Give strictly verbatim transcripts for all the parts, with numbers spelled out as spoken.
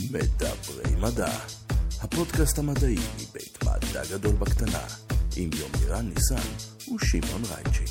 מדברי מדע, הפודקאסט המדעי מבית מדע גדול בקטנה, עם יומירן ניסן ושמעון רייצ'י.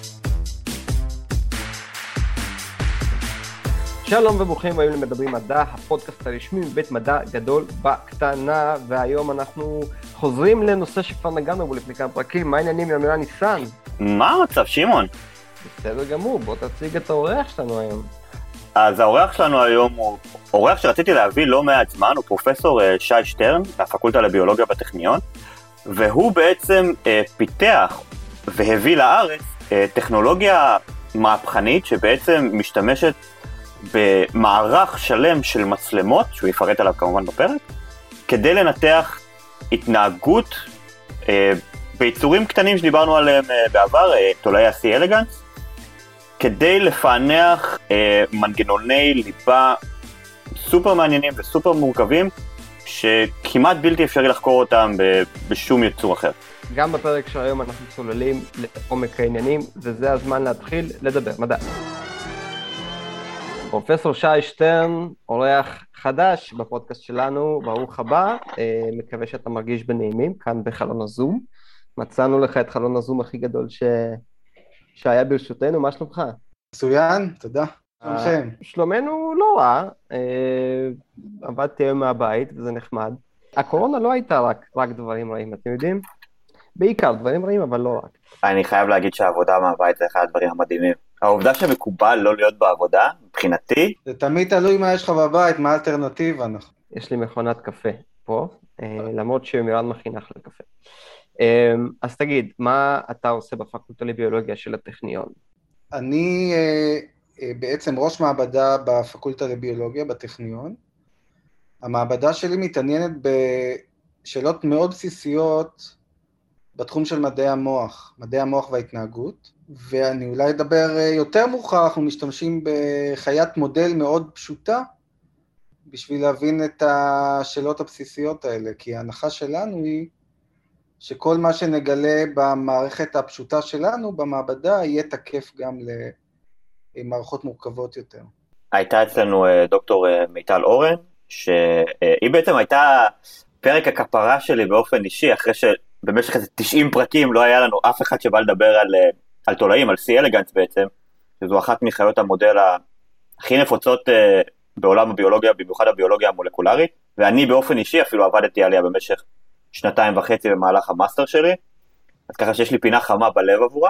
שלום וברוכים הבאים למדברים מדע, הפודקאסט הרשמי מבית מדע גדול בקטנה, והיום אנחנו חוזרים לנושא שכבר נגענו בו לפני כמה פרקים. מה העניינים יומירן ניסן? מה המצב, שמעון? בסדר גמור, בוא תציג את האורח שלנו היום. אז האורח שלנו היום הוא אורח שרציתי להביא לא מעט זמן, הוא פרופסור שי שטרן, מהפקולטה לביולוגיה בטכניון, והוא בעצם אה, פיתח והביא לארץ אה, טכנולוגיה מהפכנית שבעצם משתמשת במערך שלם של מצלמות, שהוא יפרט עליו כמובן בפרק, כדי לנתח התנהגות אה, ביצורים קטנים שדיברנו עליהם אה, בעבר, אה, תולעי ה-C. elegans, כדי לפענח אה, מנגנוני ליבה סופר מעניינים וסופר מורכבים, שכמעט בלתי אפשרי לחקור אותם ב- בשום יצור אחר. גם בפרק של היום אנחנו צוללים לעומק העניינים, וזה הזמן להתחיל לדבר מדע. פרופסור שי שטרן, אורח חדש בפודקאסט שלנו, ברוך הבא, אה, מקווה שאתה מרגיש בנעימים, כאן בחלון הזום. מצאנו לך את חלון הזום הכי גדול ש... שהיה ברשותנו, מה שלומך? מצוין, תודה. שלומכם. שלומנו לא רע, אה, עבדתי היום מהבית וזה נחמד. הקורונה לא הייתה רק, רק דברים רעים, אתם יודעים? בעיקר דברים רעים, אבל לא רק. אני חייב להגיד שהעבודה מהבית זה אחד הדברים המדהימים. העובדה שמקובל לא להיות בעבודה, מבחינתי... זה תמיד תלוי מה יש לך בבית, מה האלטרנטיבה. יש לי מכונת קפה פה, למרות שמירן מכינך לקפה. אז תגיד, מה אתה עושה בפקולטה לביולוגיה של הטכניון? אני בעצם ראש מעבדה בפקולטה לביולוגיה בטכניון. המעבדה שלי מתעניינת בשאלות מאוד בסיסיות בתחום של מדעי המוח, מדעי המוח וההתנהגות, ואני אולי אדבר יותר מאוחר, אנחנו משתמשים בחיית מודל מאוד פשוטה, בשביל להבין את השאלות הבסיסיות האלה, כי ההנחה שלנו היא שכל מה שנגלה במערכת הפשוטה שלנו, במעבדה, יהיה תקף גם למערכות מורכבות יותר. הייתה אצלנו דוקטור מיטל אורן, שהיא בעצם הייתה פרק הכפרה שלי באופן אישי, אחרי שבמשך איזה תשעים פרקים לא היה לנו אף אחד שבא לדבר על, על תולעים, על C. elegans בעצם, שזו אחת מחיות המודל הכי נפוצות בעולם הביולוגיה, במיוחד הביולוגיה המולקולרית, ואני באופן אישי אפילו עבדתי עליה במשך שנתיים וחצי במהלך המאסטר שלי, אז ככה שיש לי פינה חמה בלב עבורה,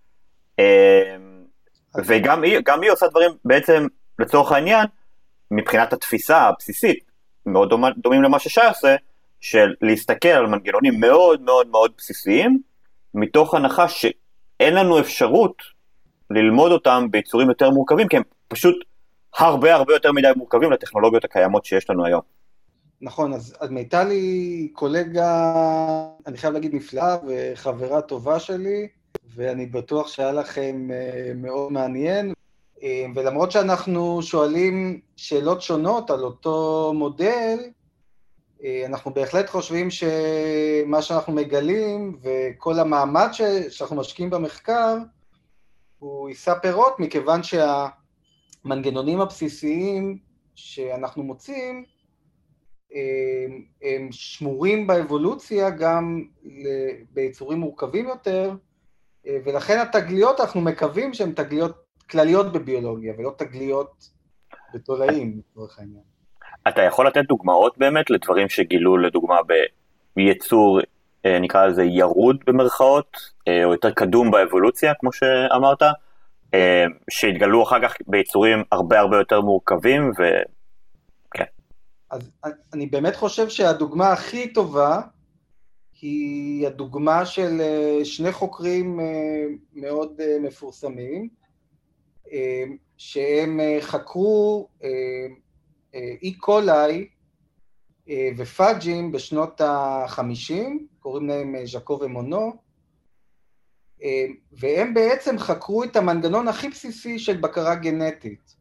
וגם היא, גם היא עושה דברים בעצם לצורך העניין, מבחינת התפיסה הבסיסית, מאוד דומים למה ששי עושה, של להסתכל על מנגנונים מאוד מאוד מאוד בסיסיים, מתוך הנחה שאין לנו אפשרות ללמוד אותם ביצורים יותר מורכבים, כי הם פשוט הרבה הרבה יותר מדי מורכבים לטכנולוגיות הקיימות שיש לנו היום. נכון, אז, אז מיטל היא קולגה, אני חייב להגיד נפלאה, וחברה טובה שלי, ואני בטוח שהיה לכם מאוד מעניין, ולמרות שאנחנו שואלים שאלות שונות על אותו מודל, אנחנו בהחלט חושבים שמה שאנחנו מגלים, וכל המאמץ שאנחנו משקיעים במחקר, הוא יישא פירות, מכיוון שהמנגנונים הבסיסיים שאנחנו מוצאים, הם שמורים באבולוציה גם ביצורים מורכבים יותר, ולכן התגליות אנחנו מקווים שהן תגליות כלליות בביולוגיה, ולא תגליות בתולעים, לצורך העניין. אתה יכול לתת דוגמאות באמת לדברים שגילו לדוגמה ביצור, נקרא לזה ירוד במרכאות, או יותר קדום באבולוציה, כמו שאמרת, שהתגלו אחר כך ביצורים הרבה הרבה יותר מורכבים, ו... אז אני באמת חושב שהדוגמה הכי טובה היא הדוגמה של שני חוקרים מאוד מפורסמים, שהם חקרו אי קולי ופאג'ים בשנות ה-חמישים, קוראים להם ז'קו ומונו, והם בעצם חקרו את המנגנון הכי בסיסי של בקרה גנטית.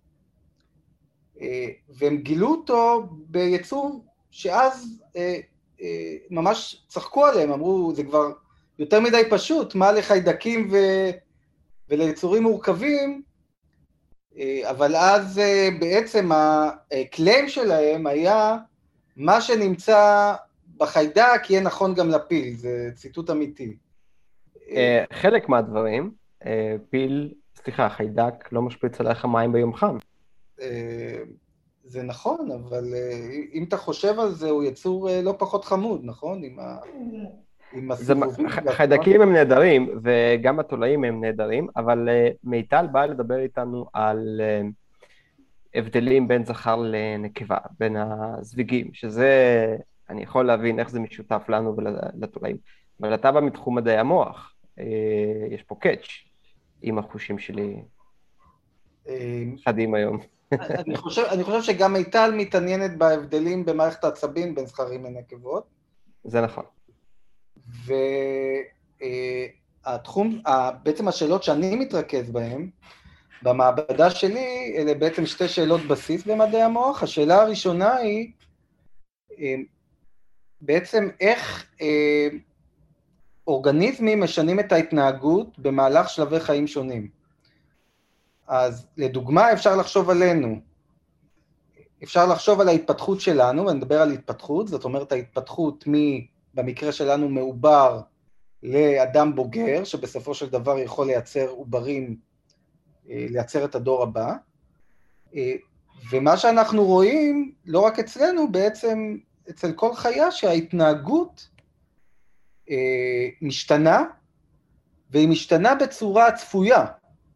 והם גילו אותו ביצור שאז ממש צחקו עליהם, אמרו, זה כבר יותר מדי פשוט, מה לחיידקים ו... וליצורים מורכבים, אבל אז בעצם הקליים שלהם היה מה שנמצא בחיידק יהיה נכון גם לפיל, זה ציטוט אמיתי. חלק מהדברים, פיל, סליחה, חיידק לא משפריץ עליך מים ביום חם. זה נכון, אבל אם אתה חושב על זה, הוא יצור לא פחות חמוד, נכון? עם ה... עם הסיבובים. חיידקים הם נהדרים, וגם התולעים הם נהדרים, אבל מיטל באה לדבר איתנו על הבדלים בין זכר לנקבה, בין הזוויגים, שזה, אני יכול להבין איך זה משותף לנו ולתולעים. אבל אתה בא מתחום מדעי המוח, יש פה קאץ' עם החושים שלי חדים היום. אני חושב, אני חושב שגם מיטל מתעניינת בהבדלים במערכת העצבים בין זכרים לנקבות. זה נכון. והתחום, בעצם השאלות שאני מתרכז בהן, במעבדה שלי, אלה בעצם שתי שאלות בסיס במדעי המוח. השאלה הראשונה היא, בעצם איך אורגניזמים משנים את ההתנהגות במהלך שלבי חיים שונים. אז לדוגמה אפשר לחשוב עלינו, אפשר לחשוב על ההתפתחות שלנו, ונדבר על התפתחות, זאת אומרת ההתפתחות מ, במקרה שלנו מעובר לאדם בוגר, שבסופו של דבר יכול לייצר עוברים, לייצר את הדור הבא, ומה שאנחנו רואים, לא רק אצלנו, בעצם אצל כל חיה שההתנהגות משתנה, והיא משתנה בצורה צפויה.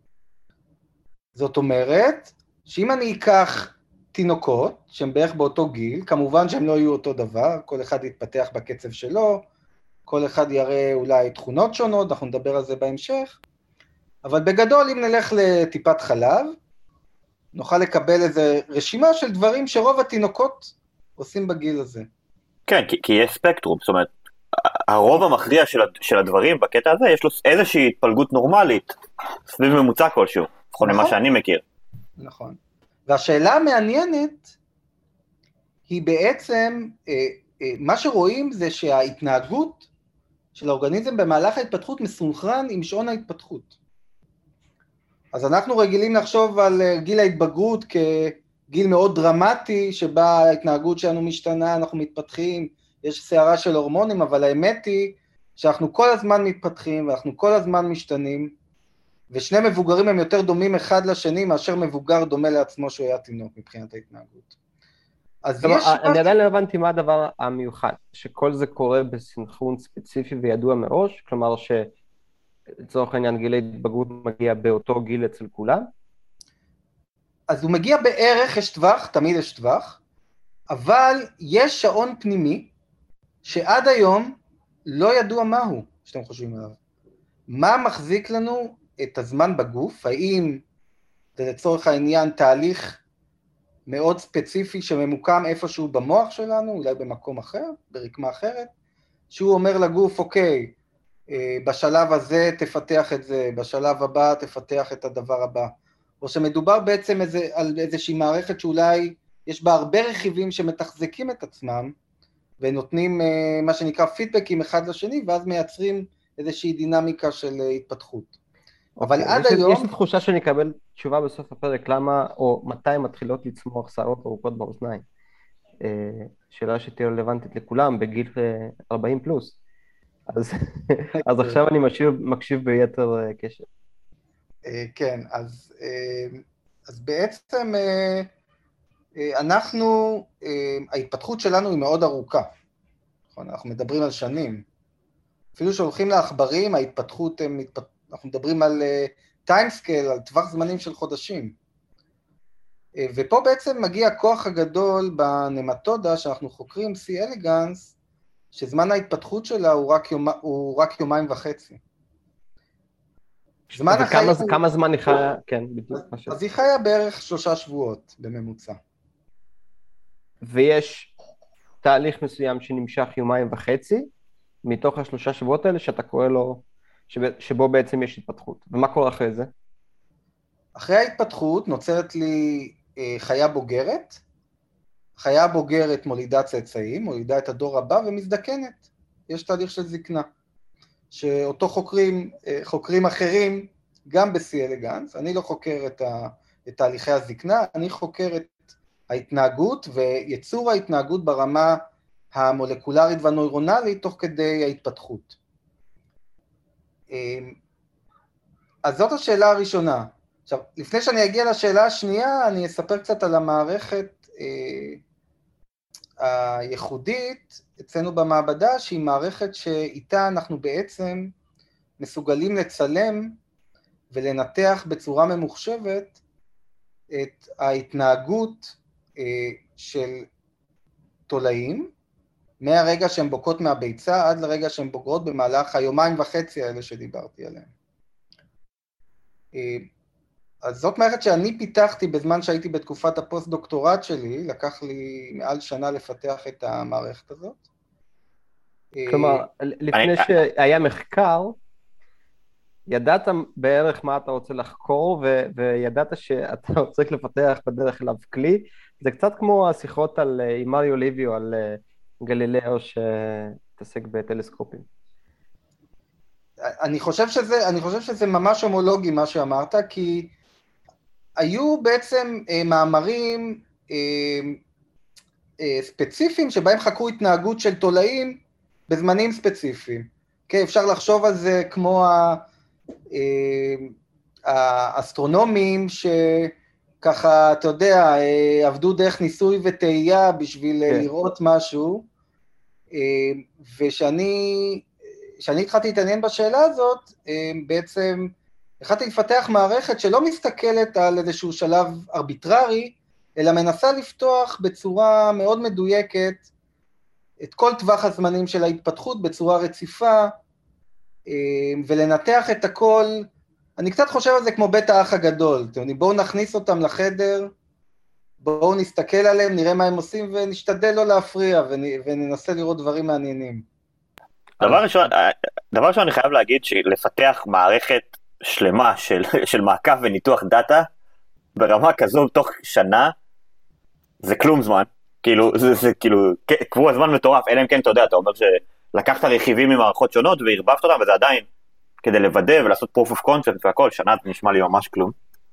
זאת אומרת, שאם אני אקח תינוקות, שהם בערך באותו גיל, כמובן שהם לא יהיו אותו דבר, כל אחד יתפתח בקצב שלו, כל אחד יראה אולי תכונות שונות, אנחנו נדבר על זה בהמשך, אבל בגדול אם נלך לטיפת חלב, נוכל לקבל איזו רשימה של דברים שרוב התינוקות עושים בגיל הזה. כן, כי, כי יש ספקטרום, זאת אומרת, הרוב המכריע של, של הדברים בקטע הזה, יש לו איזושהי התפלגות נורמלית, סביב ממוצע כלשהו, נכון למה שאני מכיר. נכון. והשאלה המעניינת היא בעצם, מה שרואים זה שההתנהגות של האורגניזם במהלך ההתפתחות מסונכרן עם שעון ההתפתחות. אז אנחנו רגילים לחשוב על גיל ההתבגרות כגיל מאוד דרמטי, שבה ההתנהגות שלנו משתנה, אנחנו מתפתחים, יש סערה של הורמונים, אבל האמת היא שאנחנו כל הזמן מתפתחים ואנחנו כל הזמן משתנים, ושני מבוגרים הם יותר דומים אחד לשני, מאשר מבוגר דומה לעצמו שהוא היה תינוק מבחינת ההתנהגות. אז יש... אני עדיין לא הבנתי מה הדבר המיוחד, שכל זה קורה בסנכרון ספציפי וידוע מראש, כלומר שלצורך העניין גיל ההתבגרות מגיע באותו גיל אצל כולם? אז הוא מגיע בערך, יש טווח, תמיד יש טווח, אבל יש שעון פנימי, שעד היום לא ידוע מהו, שאתם חושבים עליו. מה מחזיק לנו את הזמן בגוף? האם זה לצורך העניין תהליך מאוד ספציפי שממוקם איפשהו במוח שלנו, אולי במקום אחר, ברקמה אחרת, שהוא אומר לגוף, אוקיי, בשלב הזה תפתח את זה, בשלב הבא תפתח את הדבר הבא, או שמדובר בעצם איזה, על איזושהי מערכת שאולי יש בה הרבה רכיבים שמתחזקים את עצמם, ונותנים מה שנקרא פידבקים אחד לשני, ואז מייצרים איזושהי דינמיקה של התפתחות. אבל עד היום... יש לי תחושה שנקבל תשובה בסוף הפרק, למה או מתי מתחילות לצמוח שערות ארוכות באוזניים. שאלה שתהיה רלוונטית לכולם בגיל ארבעים פלוס. אז, אז עכשיו אני מקשיב, מקשיב ביתר קשב. כן, אז, אז בעצם אנחנו, ההתפתחות שלנו היא מאוד ארוכה. אנחנו מדברים על שנים. אפילו שהולכים לעכברים, ההתפתחות, אנחנו מדברים על טיימסקייל, על טווח זמנים של חודשים. ופה בעצם מגיע הכוח הגדול בנמטודה שאנחנו חוקרים, סי אלגנס, שזמן ההתפתחות שלה הוא רק, יומ... הוא רק יומיים וחצי. זמן החיים... הוא... כמה זמן היא חיה? כן, בדיוק. אז, אז היא חיה בערך שלושה שבועות בממוצע. ויש תהליך מסוים שנמשך יומיים וחצי, מתוך השלושה שבועות האלה שאתה קורא לו, שב... שבו בעצם יש התפתחות. ומה קורה אחרי זה? אחרי ההתפתחות נוצרת לי אה, חיה בוגרת, חיה בוגרת מולידה צאצאים, מולידה את הדור הבא ומזדקנת. יש תהליך של זקנה, שאותו חוקרים, חוקרים אחרים, גם בסי אלגנס, אני לא חוקר את, ה, את תהליכי הזקנה, אני חוקר את ההתנהגות ויצור ההתנהגות ברמה המולקולרית והנוירונלית תוך כדי ההתפתחות. אז זאת השאלה הראשונה. עכשיו, לפני שאני אגיע לשאלה השנייה, אני אספר קצת על המערכת אה, הייחודית אצלנו במעבדה, שהיא מערכת שאיתה אנחנו בעצם מסוגלים לצלם ולנתח בצורה ממוחשבת את ההתנהגות אה, של תולעים, מהרגע שהן בוקעות מהביצה עד לרגע שהן בוגרות במהלך היומיים וחצי האלה שדיברתי עליהם. אז זאת מערכת שאני פיתחתי בזמן שהייתי בתקופת הפוסט-דוקטורט שלי, לקח לי מעל שנה לפתח את המערכת הזאת. כלומר, לפני שהיה מחקר, ידעת בערך מה אתה רוצה לחקור, ו- וידעת שאתה צריך לפתח בדרך אליו כלי. זה קצת כמו השיחות על, עם מריו ליביו על גלילאו שתעסק בטלסקופים. אני חושב שזה, אני חושב שזה ממש הומולוגי מה שאמרת, כי היו בעצם אה, מאמרים אה, אה, ספציפיים שבהם חקרו התנהגות של תולעים בזמנים ספציפיים. כן, אפשר לחשוב על זה כמו ה, אה, האסטרונומים שככה, אתה יודע, אה, עבדו דרך ניסוי וטעייה בשביל כן. לראות משהו, אה, ושאני... כשאני התחלתי להתעניין בשאלה הזאת, בעצם התחלתי לפתח מערכת שלא מסתכלת על איזשהו שלב ארביטררי, אלא מנסה לפתוח בצורה מאוד מדויקת את כל טווח הזמנים של ההתפתחות בצורה רציפה, ולנתח את הכל. אני קצת חושב על זה כמו בית האח הגדול, בואו נכניס אותם לחדר, בואו נסתכל עליהם, נראה מה הם עושים, ונשתדל לא להפריע, וננסה לראות דברים מעניינים. דבר ראשון, דבר ראשון אני חייב להגיד שלפתח מערכת שלמה של, של מעקב וניתוח דאטה ברמה כזו תוך שנה זה כלום זמן, כאילו זה, זה כאילו קבוע זמן מטורף, אלא אם כן אתה יודע, אתה אומר שלקחת רכיבים ממערכות שונות והרבבת אותם וזה עדיין כדי לוודא ולעשות proof of concept והכל, שנה זה נשמע לי ממש כלום.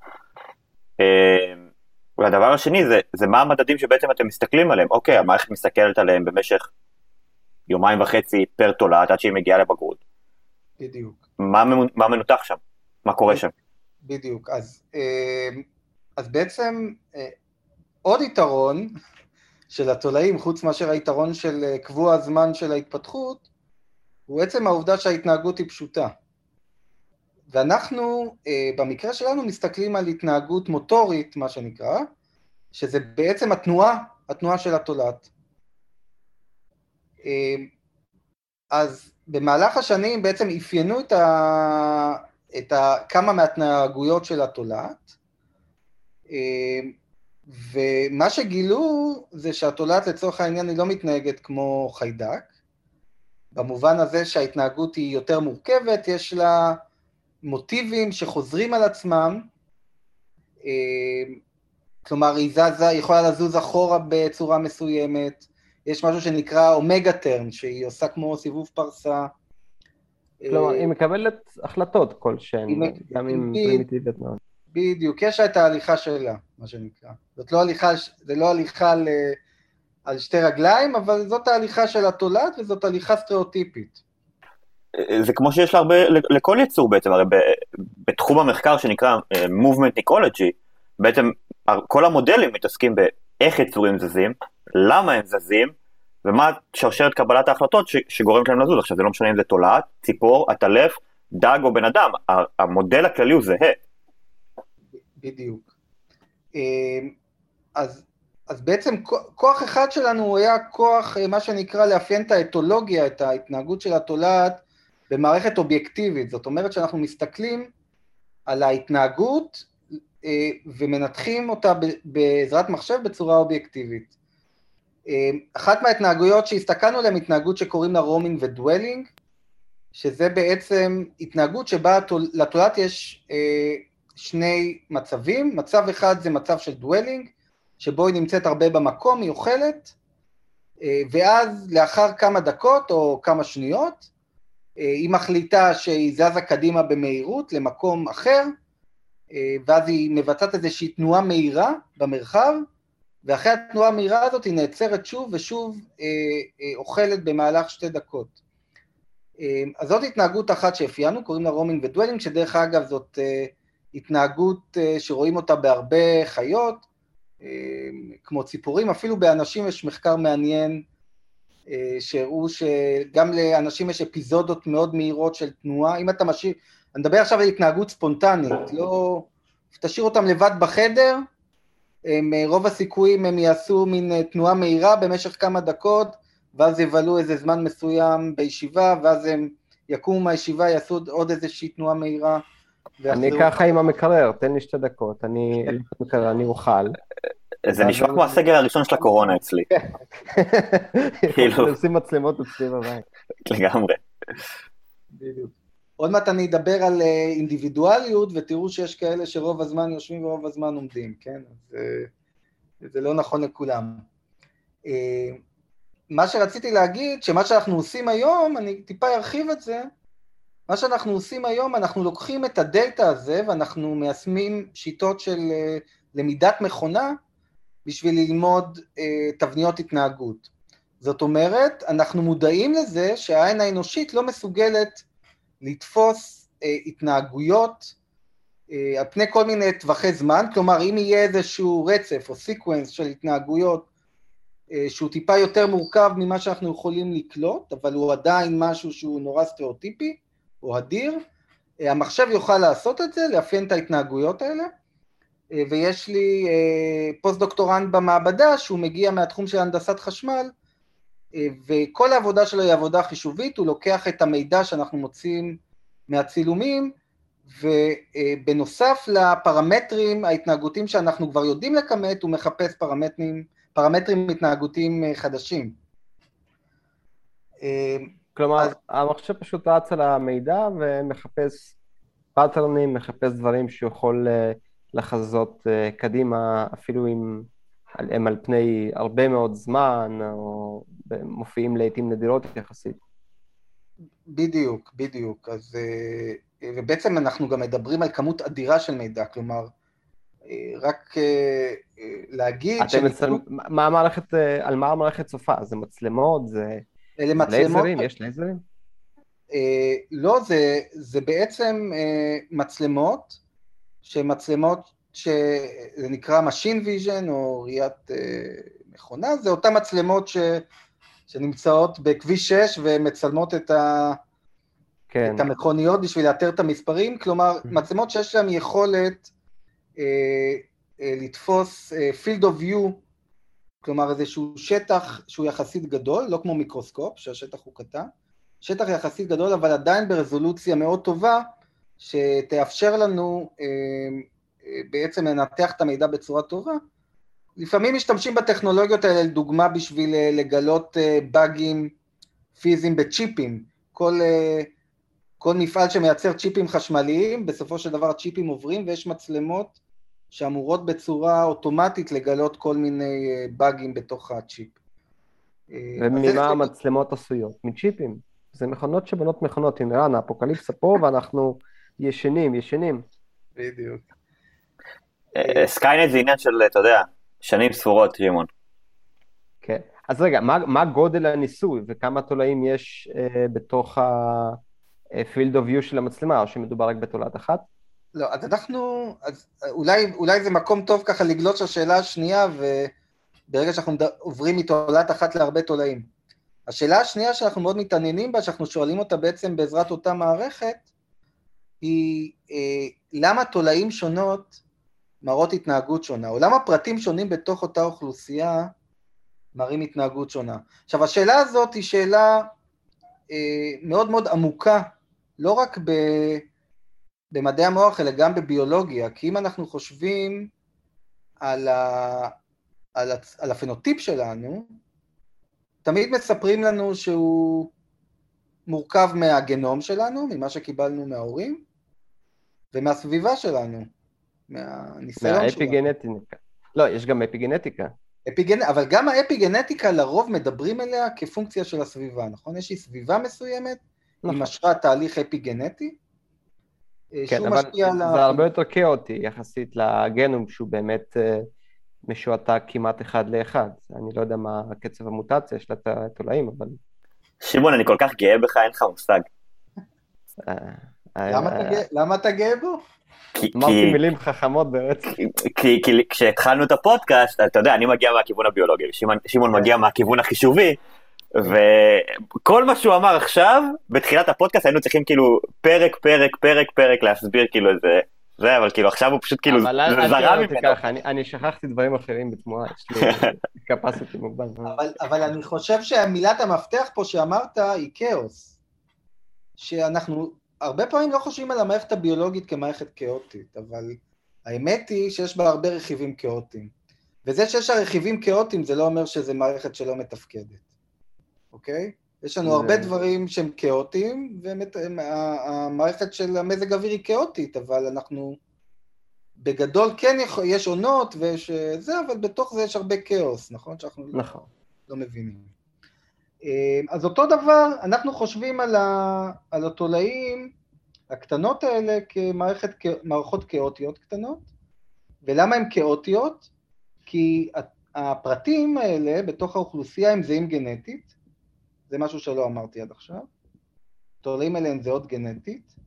והדבר השני זה, זה מה המדדים שבעצם אתם מסתכלים עליהם, אוקיי, המערכת מסתכלת עליהם במשך יומיים וחצי פר תולעת עד שהיא מגיעה לבגרות. בדיוק. מה, מה מנותח שם? מה קורה שם? בדיוק. אז, אז בעצם עוד יתרון של התולעים, חוץ מאשר היתרון של קבוע הזמן של ההתפתחות, הוא בעצם העובדה שההתנהגות היא פשוטה. ואנחנו, במקרה שלנו, מסתכלים על התנהגות מוטורית, מה שנקרא, שזה בעצם התנועה, התנועה של התולעת. אז במהלך השנים בעצם אפיינו את, ה... את ה... כמה מהתנהגויות של התולעת, ומה שגילו זה שהתולעת לצורך העניין היא לא מתנהגת כמו חיידק, במובן הזה שההתנהגות היא יותר מורכבת, יש לה מוטיבים שחוזרים על עצמם, כלומר היא זזה, היא יכולה לזוז אחורה בצורה מסוימת, יש משהו שנקרא אומגה טרן, שהיא עושה כמו סיבוב פרסה. כלומר, היא מקבלת החלטות כלשהן, גם עם פרימיטיבית מאוד. בדיוק, יש לה את ההליכה שלה, מה שנקרא. זאת לא הליכה, זה לא הליכה על, על שתי רגליים, אבל זאת ההליכה של התולעת, וזאת הליכה סטריאוטיפית. זה כמו שיש לה הרבה, לכל יצור בעצם, הרי בתחום המחקר שנקרא Movement Ecology, בעצם כל המודלים מתעסקים באיך יצורים זזים, למה הם זזים, ומה שרשרת קבלת ההחלטות ש- שגורמת להם לזוז. עכשיו זה לא משנה אם זה תולעת, ציפור, עטלף, דג או בן אדם, המודל הכללי הוא זהה. בדיוק. אז, אז בעצם כוח אחד שלנו היה כוח, מה שנקרא לאפיין את האתולוגיה, את ההתנהגות של התולעת במערכת אובייקטיבית. זאת אומרת שאנחנו מסתכלים על ההתנהגות ומנתחים אותה בעזרת מחשב בצורה אובייקטיבית. אחת מההתנהגויות שהסתכלנו עליהן, התנהגות שקוראים לה רומינג ודואלינג, שזה בעצם התנהגות שבה לתולעת יש שני מצבים. מצב אחד זה מצב של דואלינג, שבו היא נמצאת הרבה במקום, היא אוכלת, ואז לאחר כמה דקות או כמה שניות, היא מחליטה שהיא זזה קדימה במהירות למקום אחר, ואז היא מבצעת איזושהי תנועה מהירה במרחב, ואחרי התנועה המהירה הזאת היא נעצרת שוב ושוב אה, אה, אוכלת במהלך שתי דקות. אה, אז זאת התנהגות אחת שאפיינו, קוראים לה רומינג ודואלינג, שדרך אגב זאת אה, התנהגות אה, שרואים אותה בהרבה חיות, אה, כמו ציפורים, אפילו באנשים יש מחקר מעניין, אה, שהראו שגם לאנשים יש אפיזודות מאוד מהירות של תנועה, אם אתה משאיר, אני מדבר עכשיו על התנהגות ספונטנית, לא, תשאיר אותם לבד בחדר, הם, רוב הסיכויים הם יעשו מין תנועה מהירה במשך כמה דקות, ואז יבלו איזה זמן מסוים בישיבה, ואז הם יקומו מהישיבה, יעשו עוד איזושהי תנועה מהירה. אני ככה עם המקרר, תן לי שתי דקות, אני מקרר, אני אוכל. זה נשמע כמו הסגר הראשון של הקורונה אצלי. כאילו. עושים מצלמות אצלי בבית. לגמרי. בדיוק. עוד מעט אני אדבר על אינדיבידואליות, ותראו שיש כאלה שרוב הזמן יושבים ורוב הזמן עומדים, כן? אז זה לא נכון לכולם. מה שרציתי להגיד, שמה שאנחנו עושים היום, אני טיפה ארחיב את זה, מה שאנחנו עושים היום, אנחנו לוקחים את הדאטה הזה, ואנחנו מיישמים שיטות של למידת מכונה, בשביל ללמוד תבניות התנהגות. זאת אומרת, אנחנו מודעים לזה שהעין האנושית לא מסוגלת לתפוס אה, התנהגויות אה, על פני כל מיני טווחי זמן, כלומר אם יהיה איזשהו רצף או סיקוונס של התנהגויות אה, שהוא טיפה יותר מורכב ממה שאנחנו יכולים לקלוט, אבל הוא עדיין משהו שהוא נורא סטריאוטיפי או אדיר, אה, המחשב יוכל לעשות את זה, לאפיין את ההתנהגויות האלה, אה, ויש לי אה, פוסט דוקטורנט במעבדה שהוא מגיע מהתחום של הנדסת חשמל, וכל העבודה שלו היא עבודה חישובית, הוא לוקח את המידע שאנחנו מוצאים מהצילומים, ובנוסף לפרמטרים ההתנהגותיים שאנחנו כבר יודעים לכמת, הוא מחפש פרמטרים, פרמטרים התנהגותיים חדשים. כלומר, אז... המחשב פשוט רץ על המידע ומחפש פאטרנים, מחפש דברים שיכול לחזות קדימה, אפילו אם הם על פני הרבה מאוד זמן, או מופיעים לעתים נדירות יחסית. בדיוק, בדיוק. אז, ובעצם אנחנו גם מדברים על כמות אדירה של מידע, כלומר, רק להגיד... אתם מצל... מה המערכת, על מה המערכת צופה? זה מצלמות? זה, זה לייזרים? יש לייזרים? לא, זה, זה בעצם מצלמות, שמצלמות שזה נקרא Machine Vision או ראיית מכונה, זה אותן מצלמות ש... שנמצאות בכביש שש ומצלמות את, ה... כן. את המכוניות בשביל לאתר את המספרים, כלומר מצלמות שיש להן יכולת אה, אה, לתפוס אה, field of view, כלומר איזשהו שטח שהוא יחסית גדול, לא כמו מיקרוסקופ, שהשטח הוא קטן, שטח יחסית גדול אבל עדיין ברזולוציה מאוד טובה, שתאפשר לנו אה, אה, בעצם לנתח את המידע בצורה טובה, לפעמים משתמשים בטכנולוגיות האלה, לדוגמה בשביל לגלות באגים פיזיים בצ'יפים. כל, כל מפעל שמייצר צ'יפים חשמליים, בסופו של דבר הצ'יפים עוברים, ויש מצלמות שאמורות בצורה אוטומטית לגלות כל מיני באגים בתוך הצ'יפ. וממה המצלמות עשויות? מצ'יפים. זה מכונות שבנות מכונות. הנה, רן, האפוקליפסה פה, ואנחנו ישנים, ישנים. בדיוק. סקיינט זה עניין של, אתה יודע, שנים ספורות, רימון. כן. אז רגע, מה, מה גודל הניסוי וכמה תולעים יש אה, בתוך ה-field of view של המצלמה, או שמדובר רק בתולעת אחת? לא, אז אנחנו, אז אולי, אולי זה מקום טוב ככה לגלוץ לשאלה השנייה, וברגע שאנחנו עוברים מתולעת אחת להרבה תולעים. השאלה השנייה שאנחנו מאוד מתעניינים בה, שאנחנו שואלים אותה בעצם בעזרת אותה מערכת, היא אה, למה תולעים שונות מראות התנהגות שונה, או למה פרטים שונים בתוך אותה אוכלוסייה מראים התנהגות שונה. עכשיו, השאלה הזאת היא שאלה אה, מאוד מאוד עמוקה, לא רק ב, במדעי המוח, אלא גם בביולוגיה, כי אם אנחנו חושבים על, ה, על, ה, על הפנוטיפ שלנו, תמיד מספרים לנו שהוא מורכב מהגנום שלנו, ממה שקיבלנו מההורים, ומהסביבה שלנו. מהניסיון שלנו. מהאפיגנטיקה. לא, יש גם אפיגנטיקה. אפיגנ... אבל גם האפיגנטיקה לרוב מדברים אליה כפונקציה של הסביבה, נכון? יש לי סביבה מסוימת, נכון. היא משרה תהליך אפיגנטי, כן, אבל זה ה... הרבה יותר כאוטי יחסית לגנום, שהוא באמת משועתק כמעט אחד לאחד. אני לא יודע מה קצב המוטציה של התולעים, אבל... שמעון, אני כל כך גאה בך, אין לך מושג. למה אתה גאה בו? אמרתי מילים חכמות בעצם. כי כשהתחלנו את הפודקאסט, אתה יודע, אני מגיע מהכיוון הביולוגי, שמעון מגיע מהכיוון החישובי, וכל מה שהוא אמר עכשיו, בתחילת הפודקאסט היינו צריכים כאילו פרק, פרק, פרק, פרק להסביר כאילו את זה, זה, אבל כאילו עכשיו הוא פשוט כאילו זרם ממנו. אני שכחתי דברים אחרים בתמורה, יש לי קפסיטי מוגבל. אבל אני חושב שהמילת המפתח פה שאמרת היא כאוס, שאנחנו הרבה פעמים לא חושבים על המערכת הביולוגית כמערכת כאוטית, אבל האמת היא שיש בה הרבה רכיבים כאוטיים, וזה שיש הרכיבים כאוטיים זה לא אומר שזה מערכת שלא מתפקדת. אוקיי? יש לנו הרבה דברים שהם כאוטיים, והמערכת של המזג אוויר היא כאוטית, אבל אנחנו, בגדול כן יש עונות ויש זה, אבל בתוך זה יש הרבה כאוס, נכון? שאנחנו לא מבינים. אז אותו דבר, אנחנו חושבים על התולעים הקטנות האלה כמערכות כאוטיות קטנות, ולמה הן כאוטיות? כי הפרטים האלה בתוך האוכלוסייה הם זהים גנטית, זה משהו שלא אמרתי עד עכשיו. תולעים האלה הן זהות גנטית.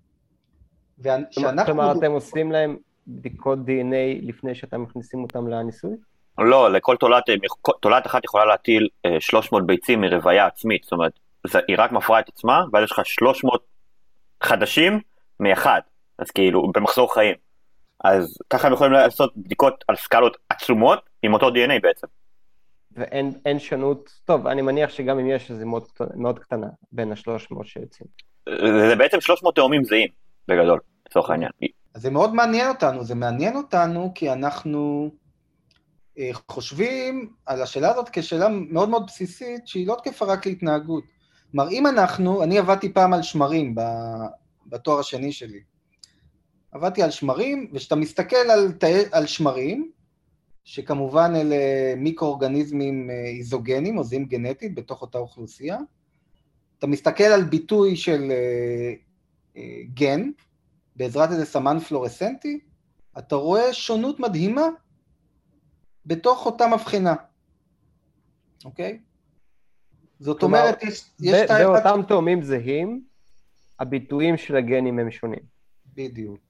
כלומר, אתם עושים להם בדיקות די אן איי לפני שאתם מכניסים אותם לניסוי? לא, לכל תולעת, תולעת אחת יכולה להטיל שלוש מאות ביצים מרוויה עצמית, זאת אומרת, היא רק מפרה את עצמה, ואז יש לך שלוש מאות חדשים מאחד, אז כאילו, במחזור חיים. אז ככה הם יכולים לעשות בדיקות על סקלות עצומות, עם אותו די אן איי בעצם. ואין שונות, טוב, אני מניח שגם אם יש איזה מאוד, מאוד קטנה, בין ה-שלוש מאות שיוצאים. זה בעצם שלוש מאות תאומים זהים, בגדול, לצורך העניין. אז זה מאוד מעניין אותנו, זה מעניין אותנו כי אנחנו אה, חושבים על השאלה הזאת כשאלה מאוד מאוד בסיסית, שהיא לא תקפה רק להתנהגות. כלומר, אם אנחנו, אני עבדתי פעם על שמרים בתואר השני שלי, עבדתי על שמרים, ושאתה מסתכל על, על שמרים, שכמובן אלה מיקרואורגניזמים איזוגנים, או זהים גנטית, בתוך אותה אוכלוסייה. אתה מסתכל על ביטוי של גן, בעזרת איזה סמן פלורסנטי, אתה רואה שונות מדהימה בתוך אותה מבחינה. אוקיי? זאת כלומר, אומרת, יש... יש באותם תאומים זהים, הביטויים של הגנים הם שונים. בדיוק.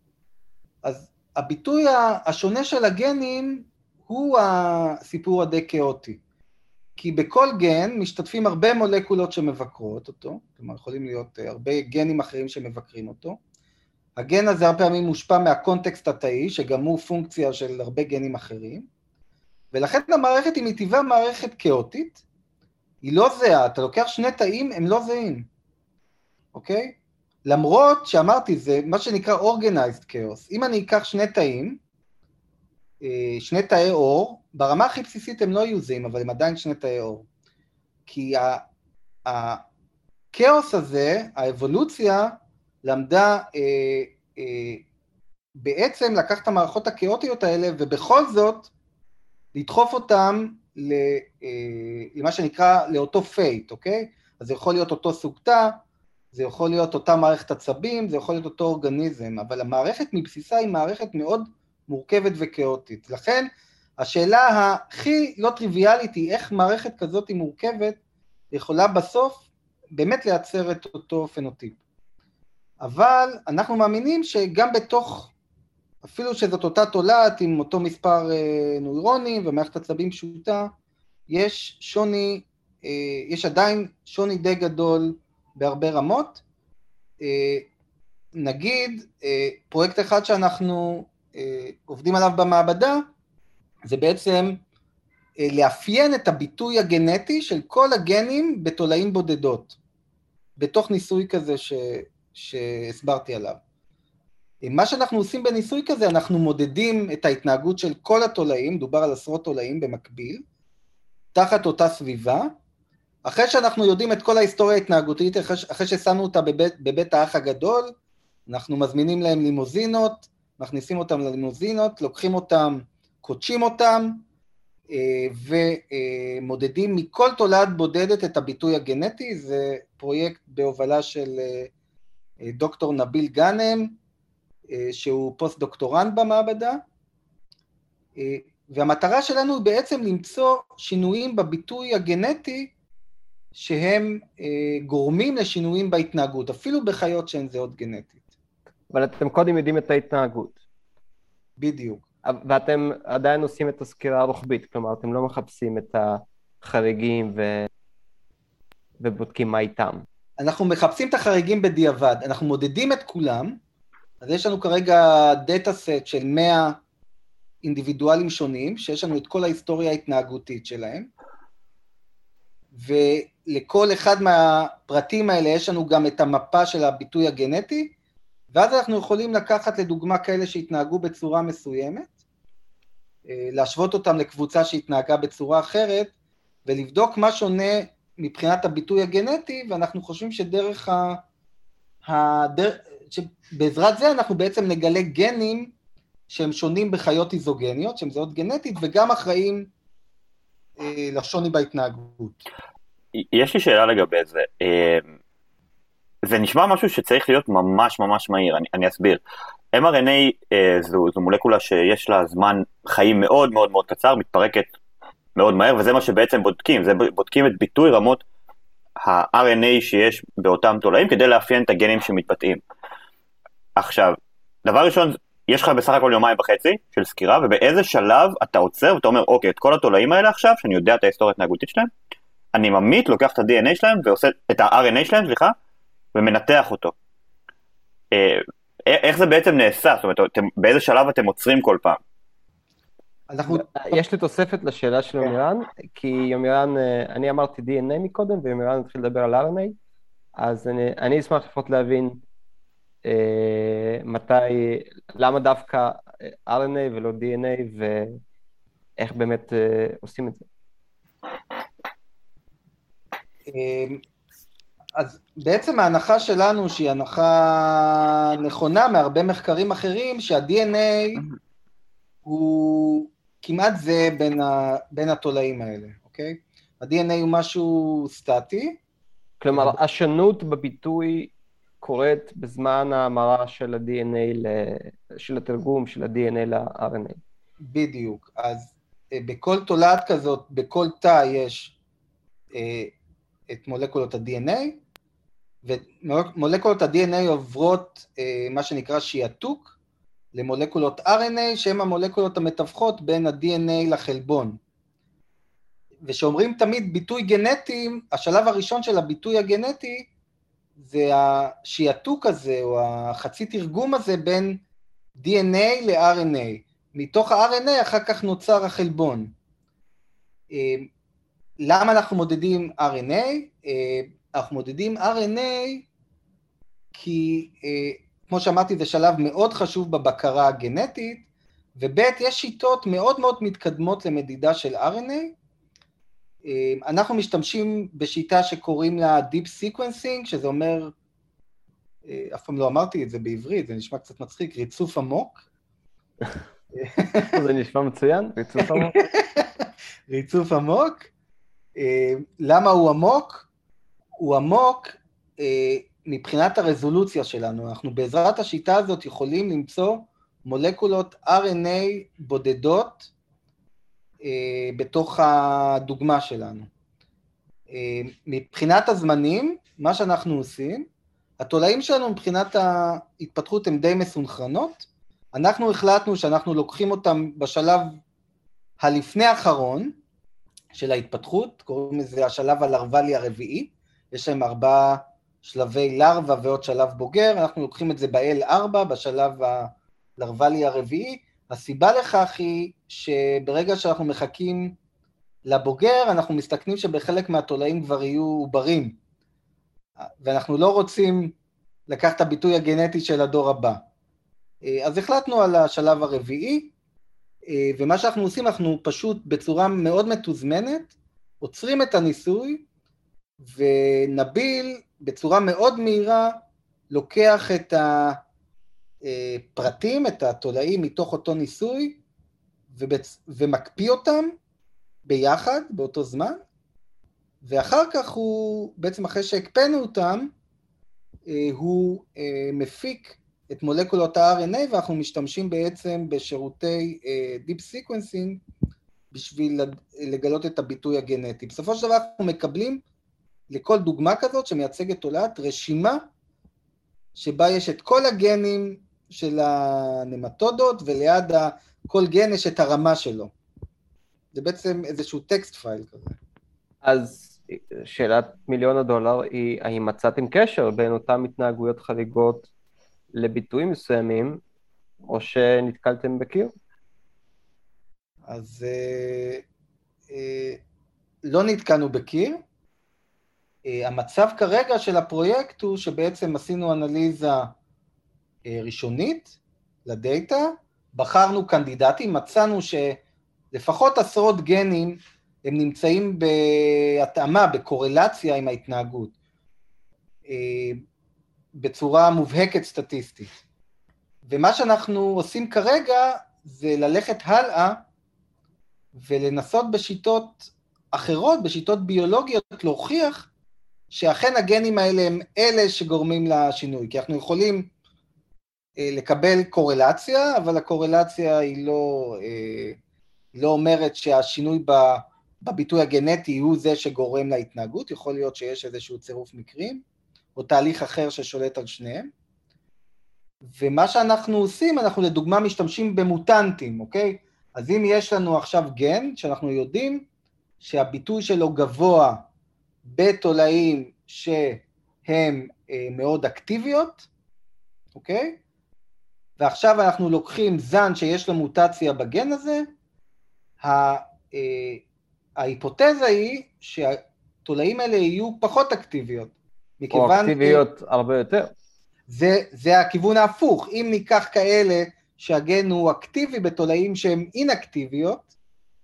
אז הביטוי השונה של הגנים הוא הסיפור הדי כאוטי. כי בכל גן משתתפים הרבה מולקולות שמבקרות אותו, כלומר יכולים להיות הרבה גנים אחרים שמבקרים אותו. הגן הזה הרבה פעמים מושפע מהקונטקסט התאי, שגם הוא פונקציה של הרבה גנים אחרים, ולכן המערכת היא מטבעה מערכת כאוטית, היא לא זהה, אתה לוקח שני תאים, הם לא זהים, אוקיי? למרות שאמרתי, זה מה שנקרא organized chaos. אם אני אקח שני תאים, שני תאי אור, ברמה הכי בסיסית הם לא יהיו זהים, אבל הם עדיין שני תאי אור. כי הכאוס הזה, האבולוציה, למדה אה, אה, בעצם לקח את המערכות הכאוטיות האלה, ובכל זאת, לדחוף אותם למה שנקרא לאותו פייט, אוקיי? אז זה יכול להיות אותו סוג תא, זה יכול להיות אותה מערכת עצבים, זה יכול להיות אותו אורגניזם, אבל המערכת מבסיסה היא מערכת מאוד מורכבת וכאוטית. לכן, השאלה הכי לא טריוויאלית היא איך מערכת כזאת היא מורכבת, יכולה בסוף באמת לייצר את אותו פנוטיפ. אבל אנחנו מאמינים שגם בתוך, אפילו שזאת אותה תולעת עם אותו מספר נוירונים ומערכת עצבים פשוטה, יש שוני, יש עדיין שוני די גדול בהרבה רמות. נגיד, פרויקט אחד שאנחנו עובדים עליו במעבדה, זה בעצם לאפיין את הביטוי הגנטי של כל הגנים בתולעים בודדות, בתוך ניסוי כזה ש... שהסברתי עליו. מה שאנחנו עושים בניסוי כזה, אנחנו מודדים את ההתנהגות של כל התולעים, דובר על עשרות תולעים במקביל, תחת אותה סביבה, אחרי שאנחנו יודעים את כל ההיסטוריה ההתנהגותית, אחרי, אחרי ששמנו אותה בבית, בבית האח הגדול, אנחנו מזמינים להם לימוזינות, מכניסים אותם ללימוזינות, לוקחים אותם, קודשים אותם, ומודדים מכל תולעת בודדת את הביטוי הגנטי. זה פרויקט בהובלה של דוקטור נביל גאנם, שהוא פוסט דוקטורנט במעבדה, והמטרה שלנו היא בעצם למצוא שינויים בביטוי הגנטי, שהם אה, גורמים לשינויים בהתנהגות, אפילו בחיות שהן זהות גנטית. אבל אתם קודם יודעים את ההתנהגות. בדיוק. ואתם עדיין עושים את הסקירה הרוחבית, כלומר, אתם לא מחפשים את החריגים ו... ובודקים מה איתם. אנחנו מחפשים את החריגים בדיעבד, אנחנו מודדים את כולם, אז יש לנו כרגע דאטה סט של מאה אינדיבידואלים שונים, שיש לנו את כל ההיסטוריה ההתנהגותית שלהם, ולכל אחד מהפרטים האלה יש לנו גם את המפה של הביטוי הגנטי, ואז אנחנו יכולים לקחת לדוגמה כאלה שהתנהגו בצורה מסוימת, להשוות אותם לקבוצה שהתנהגה בצורה אחרת, ולבדוק מה שונה מבחינת הביטוי הגנטי, ואנחנו חושבים שדרך ה... הדר... שבעזרת זה אנחנו בעצם נגלה גנים שהם שונים בחיות איזוגניות, שהם זהות גנטית, וגם אחראים אה, לשוני בהתנהגות. יש לי שאלה לגבי זה. אה, זה נשמע משהו שצריך להיות ממש ממש מהיר, אני, אני אסביר. אם אר אן איי אה, זו, זו מולקולה שיש לה זמן חיים מאוד מאוד מאוד קצר, מתפרקת מאוד מהר, וזה מה שבעצם בודקים, זה בודקים את ביטוי רמות ה-אר אן איי שיש באותם תולעים, כדי לאפיין את הגנים שמתבטאים. עכשיו, דבר ראשון, יש לך בסך הכל יומיים וחצי של סקירה, ובאיזה שלב אתה עוצר, ואתה אומר, אוקיי, את כל התולעים האלה עכשיו, שאני יודע את ההיסטוריה ההתנהגותית שלהם, אני ממית, לוקח את ה-די אן איי שלהם, ועושה את ה-אר אן איי שלהם, סליחה, ומנתח אותו. איך זה בעצם נעשה? זאת אומרת, באיזה שלב אתם עוצרים כל פעם? אנחנו... יש לי תוספת לשאלה של יומירן, כי יומירן, אני אמרתי די אן איי מקודם, ויומירן התחיל לדבר על אר אן איי, אז אני, אני אשמח לפחות להבין אה, מתי, למה דווקא אר אן איי ולא די אן איי, ואיך באמת אה, עושים את זה. אז בעצם ההנחה שלנו, שהיא הנחה נכונה מהרבה מחקרים אחרים, שה-די אן איי הוא כמעט זה בין, ה, בין התולעים האלה, אוקיי? ה-די אן איי הוא משהו סטטי. כלומר, השונות בביטוי קורית בזמן ההמרה של ה-די אן איי, של התרגום של ה-די אן איי ל-אר אן איי. בדיוק. אז בכל תולעת כזאת, בכל תא יש את מולקולות ה-די אן איי, ומולקולות ה-די אן איי עוברות מה שנקרא שיעתוק, למולקולות אר אן איי, שהן המולקולות המתווכות בין ה-די אן איי לחלבון. ושאומרים תמיד ביטוי גנטי, השלב הראשון של הביטוי הגנטי, זה השיעתוק הזה, או החצי תרגום הזה בין די אן איי ל-אר אן איי. מתוך ה-אר אן איי אחר כך נוצר החלבון. למה אנחנו מודדים אר אן איי? אנחנו מודדים אר אן איי כי, כמו שאמרתי, זה שלב מאוד חשוב בבקרה הגנטית, וב' יש שיטות מאוד מאוד מתקדמות למדידה של אר אן איי. אנחנו משתמשים בשיטה שקוראים לה Deep Sequencing, שזה אומר, אף פעם לא אמרתי את זה בעברית, זה נשמע קצת מצחיק, ריצוף עמוק. זה נשמע מצוין, ריצוף עמוק. ריצוף עמוק. למה הוא עמוק? הוא עמוק מבחינת הרזולוציה שלנו. אנחנו בעזרת השיטה הזאת יכולים למצוא מולקולות אר אן איי בודדות בתוך הדוגמה שלנו. מבחינת הזמנים, מה שאנחנו עושים, התולעים שלנו מבחינת ההתפתחות הן די מסונכרנות, אנחנו החלטנו שאנחנו לוקחים אותם בשלב הלפני האחרון של ההתפתחות, קוראים לזה השלב הלרוואלי הרביעי, יש להם ארבעה שלבי לרווה ועוד שלב בוגר, אנחנו לוקחים את זה ב-אל ארבע, בשלב הלרוואלי הרביעי, הסיבה לכך היא שברגע שאנחנו מחכים לבוגר, אנחנו מסתכנים שבחלק מהתולעים כבר יהיו עוברים, ואנחנו לא רוצים לקחת את הביטוי הגנטי של הדור הבא. אז החלטנו על השלב הרביעי, ומה שאנחנו עושים, אנחנו פשוט בצורה מאוד מתוזמנת, עוצרים את הניסוי, ונביל בצורה מאוד מהירה, לוקח את הפרטים, את התולעים מתוך אותו ניסוי, ובצ... ומקפיא אותם ביחד, באותו זמן, ואחר כך הוא, בעצם אחרי שהקפאנו אותם, הוא מפיק את מולקולות ה-אר אן איי, ואנחנו משתמשים בעצם בשירותי uh, Deep Sequencing, בשביל לגלות את הביטוי הגנטי. בסופו של דבר אנחנו מקבלים לכל דוגמה כזאת שמייצגת תולעת רשימה שבה יש את כל הגנים של הנמטודות, וליד כל גן יש את הרמה שלו. זה בעצם איזשהו טקסט פייל כזה. אז שאלת מיליון הדולר היא, האם מצאתם קשר בין אותם התנהגויות חריגות לביטויים מסוימים, או שנתקלתם בקיר? אז אה, אה, לא נתקלנו בקיר. אה, המצב כרגע של הפרויקט הוא שבעצם עשינו אנליזה אה, ראשונית לדאטה, בחרנו קנדידטים, מצאנו שלפחות עשרות גנים הם נמצאים בהתאמה, בקורלציה עם ההתנהגות, אה, בצורה מובהקת סטטיסטית. ומה שאנחנו עושים כרגע זה ללכת הלאה ולנסות בשיטות אחרות, בשיטות ביולוגיות, להוכיח שאכן הגנים האלה הם אלה שגורמים לשינוי, כי אנחנו יכולים אה, לקבל קורלציה, אבל הקורלציה היא לא, אה, לא אומרת שהשינוי בביטוי הגנטי הוא זה שגורם להתנהגות, יכול להיות שיש איזשהו צירוף מקרים, או תהליך אחר ששולט על שניהם. ומה שאנחנו עושים, אנחנו לדוגמה משתמשים במוטנטים, אוקיי? אז אם יש לנו עכשיו גן, שאנחנו יודעים שהביטוי שלו גבוה בתולעים שהן אה, מאוד אקטיביות, אוקיי? ועכשיו אנחנו לוקחים זן שיש לו מוטציה בגן הזה, ה, אה, ההיפותזה היא שהתולעים האלה יהיו פחות אקטיביות. או אקטיביות הרבה יותר. זה, זה הכיוון ההפוך. אם ניקח כאלה שהגן הוא אקטיבי בתולעים שהן אינאקטיביות,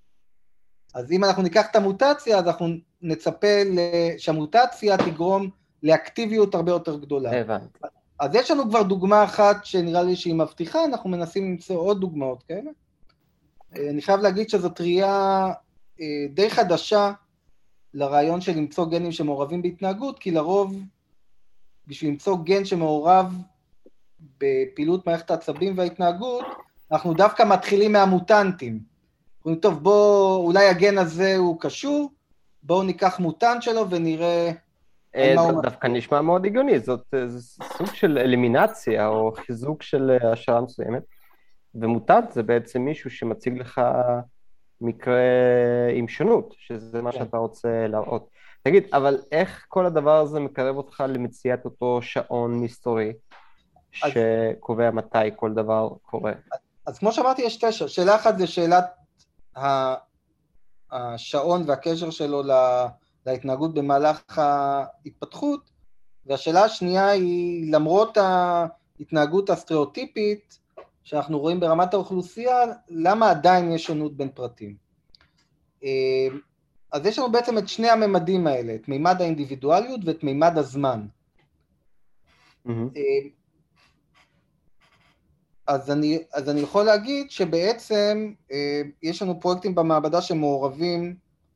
אז אם אנחנו ניקח את המוטציה, אז אנחנו נצפה שהמוטציה תגרום לאקטיביות הרבה יותר גדולה. הבנתי. אז יש לנו כבר דוגמה אחת שנראה לי שהיא מבטיחה, אנחנו מנסים למצוא עוד דוגמאות כאלה. אני חייב להגיד שזאת ראייה די חדשה לרעיון של למצוא גנים שמעורבים בהתנהגות, כי לרוב בשביל למצוא גן שמעורב בפעילות מערכת העצבים וההתנהגות, אנחנו דווקא מתחילים מהמוטנטים. אומרים, טוב, בוא, אולי הגן הזה הוא קשור, בואו ניקח מוטנט שלו ונראה... דווקא נשמע מאוד הגיוני, זאת סוג של אלימינציה או חיזוק של השערה מסוימת, ומוטנט זה בעצם מישהו שמציג לך מקרה עם שונות, שזה מה שאתה רוצה להראות. תגיד, אבל איך כל הדבר הזה מקרב אותך למציאת אותו שעון מסתורי, שקובע מתי כל דבר קורה? אז כמו שאמרתי, יש תשע. שאלה אחת זה שאלת השעון והקשר שלו להתנהגות במהלך ההתפתחות, והשאלה השנייה היא, למרות ההתנהגות הסטריאוטיפית שאנחנו רואים ברמת האוכלוסייה, למה עדיין יש שונות בין פרטים? אז יש לנו בעצם את שני הממדים האלה, את מימד האינדיבידואליות ואת מימד הזמן. Mm-hmm. אז אני, אז אני יכול להגיד שבעצם יש לנו פרויקטים במעבדה שמעורבים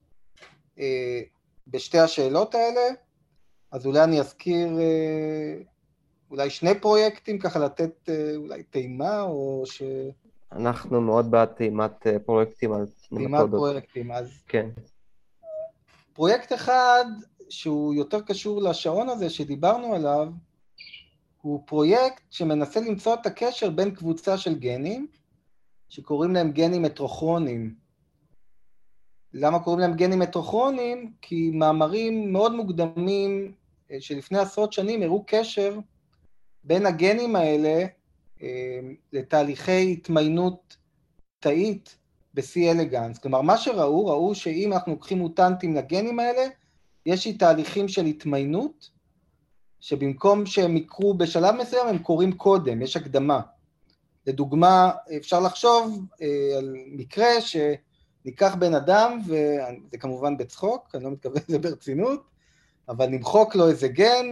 בשתי השאלות האלה, אז אולי אני אזכיר אולי שני פרויקטים, ככה לתת אולי טעימה, או ש... אנחנו מאוד בעד טעימת פרויקטים על נמטודות. טעימת פרויקטים, אז... כן. פרויקט אחד שהוא יותר קשור לשעון הזה שדיברנו עליו, הוא פרויקט שמנסה למצוא את הקשר בין קבוצה של גנים, שקוראים להם גנים מטרוכרונים. למה קוראים להם גנים מטרוכרונים? כי מאמרים מאוד מוקדמים שלפני עשרות שנים הראו קשר בין הגנים האלה לתהליכי התמיינות תאית ב-C. elegans. כלומר, מה שראו, ראו שאם אנחנו לוקחים מוטנטים לגנים האלה, יש לי תהליכים של התמיינות, שבמקום שהם יקרו בשלב מסוים, הם קורים קודם, יש הקדמה. לדוגמה, אפשר לחשוב אה, על מקרה שניקח בן אדם, וזה כמובן בצחוק, אני לא מתכוון לזה ברצינות, אבל נמחוק לו איזה גן,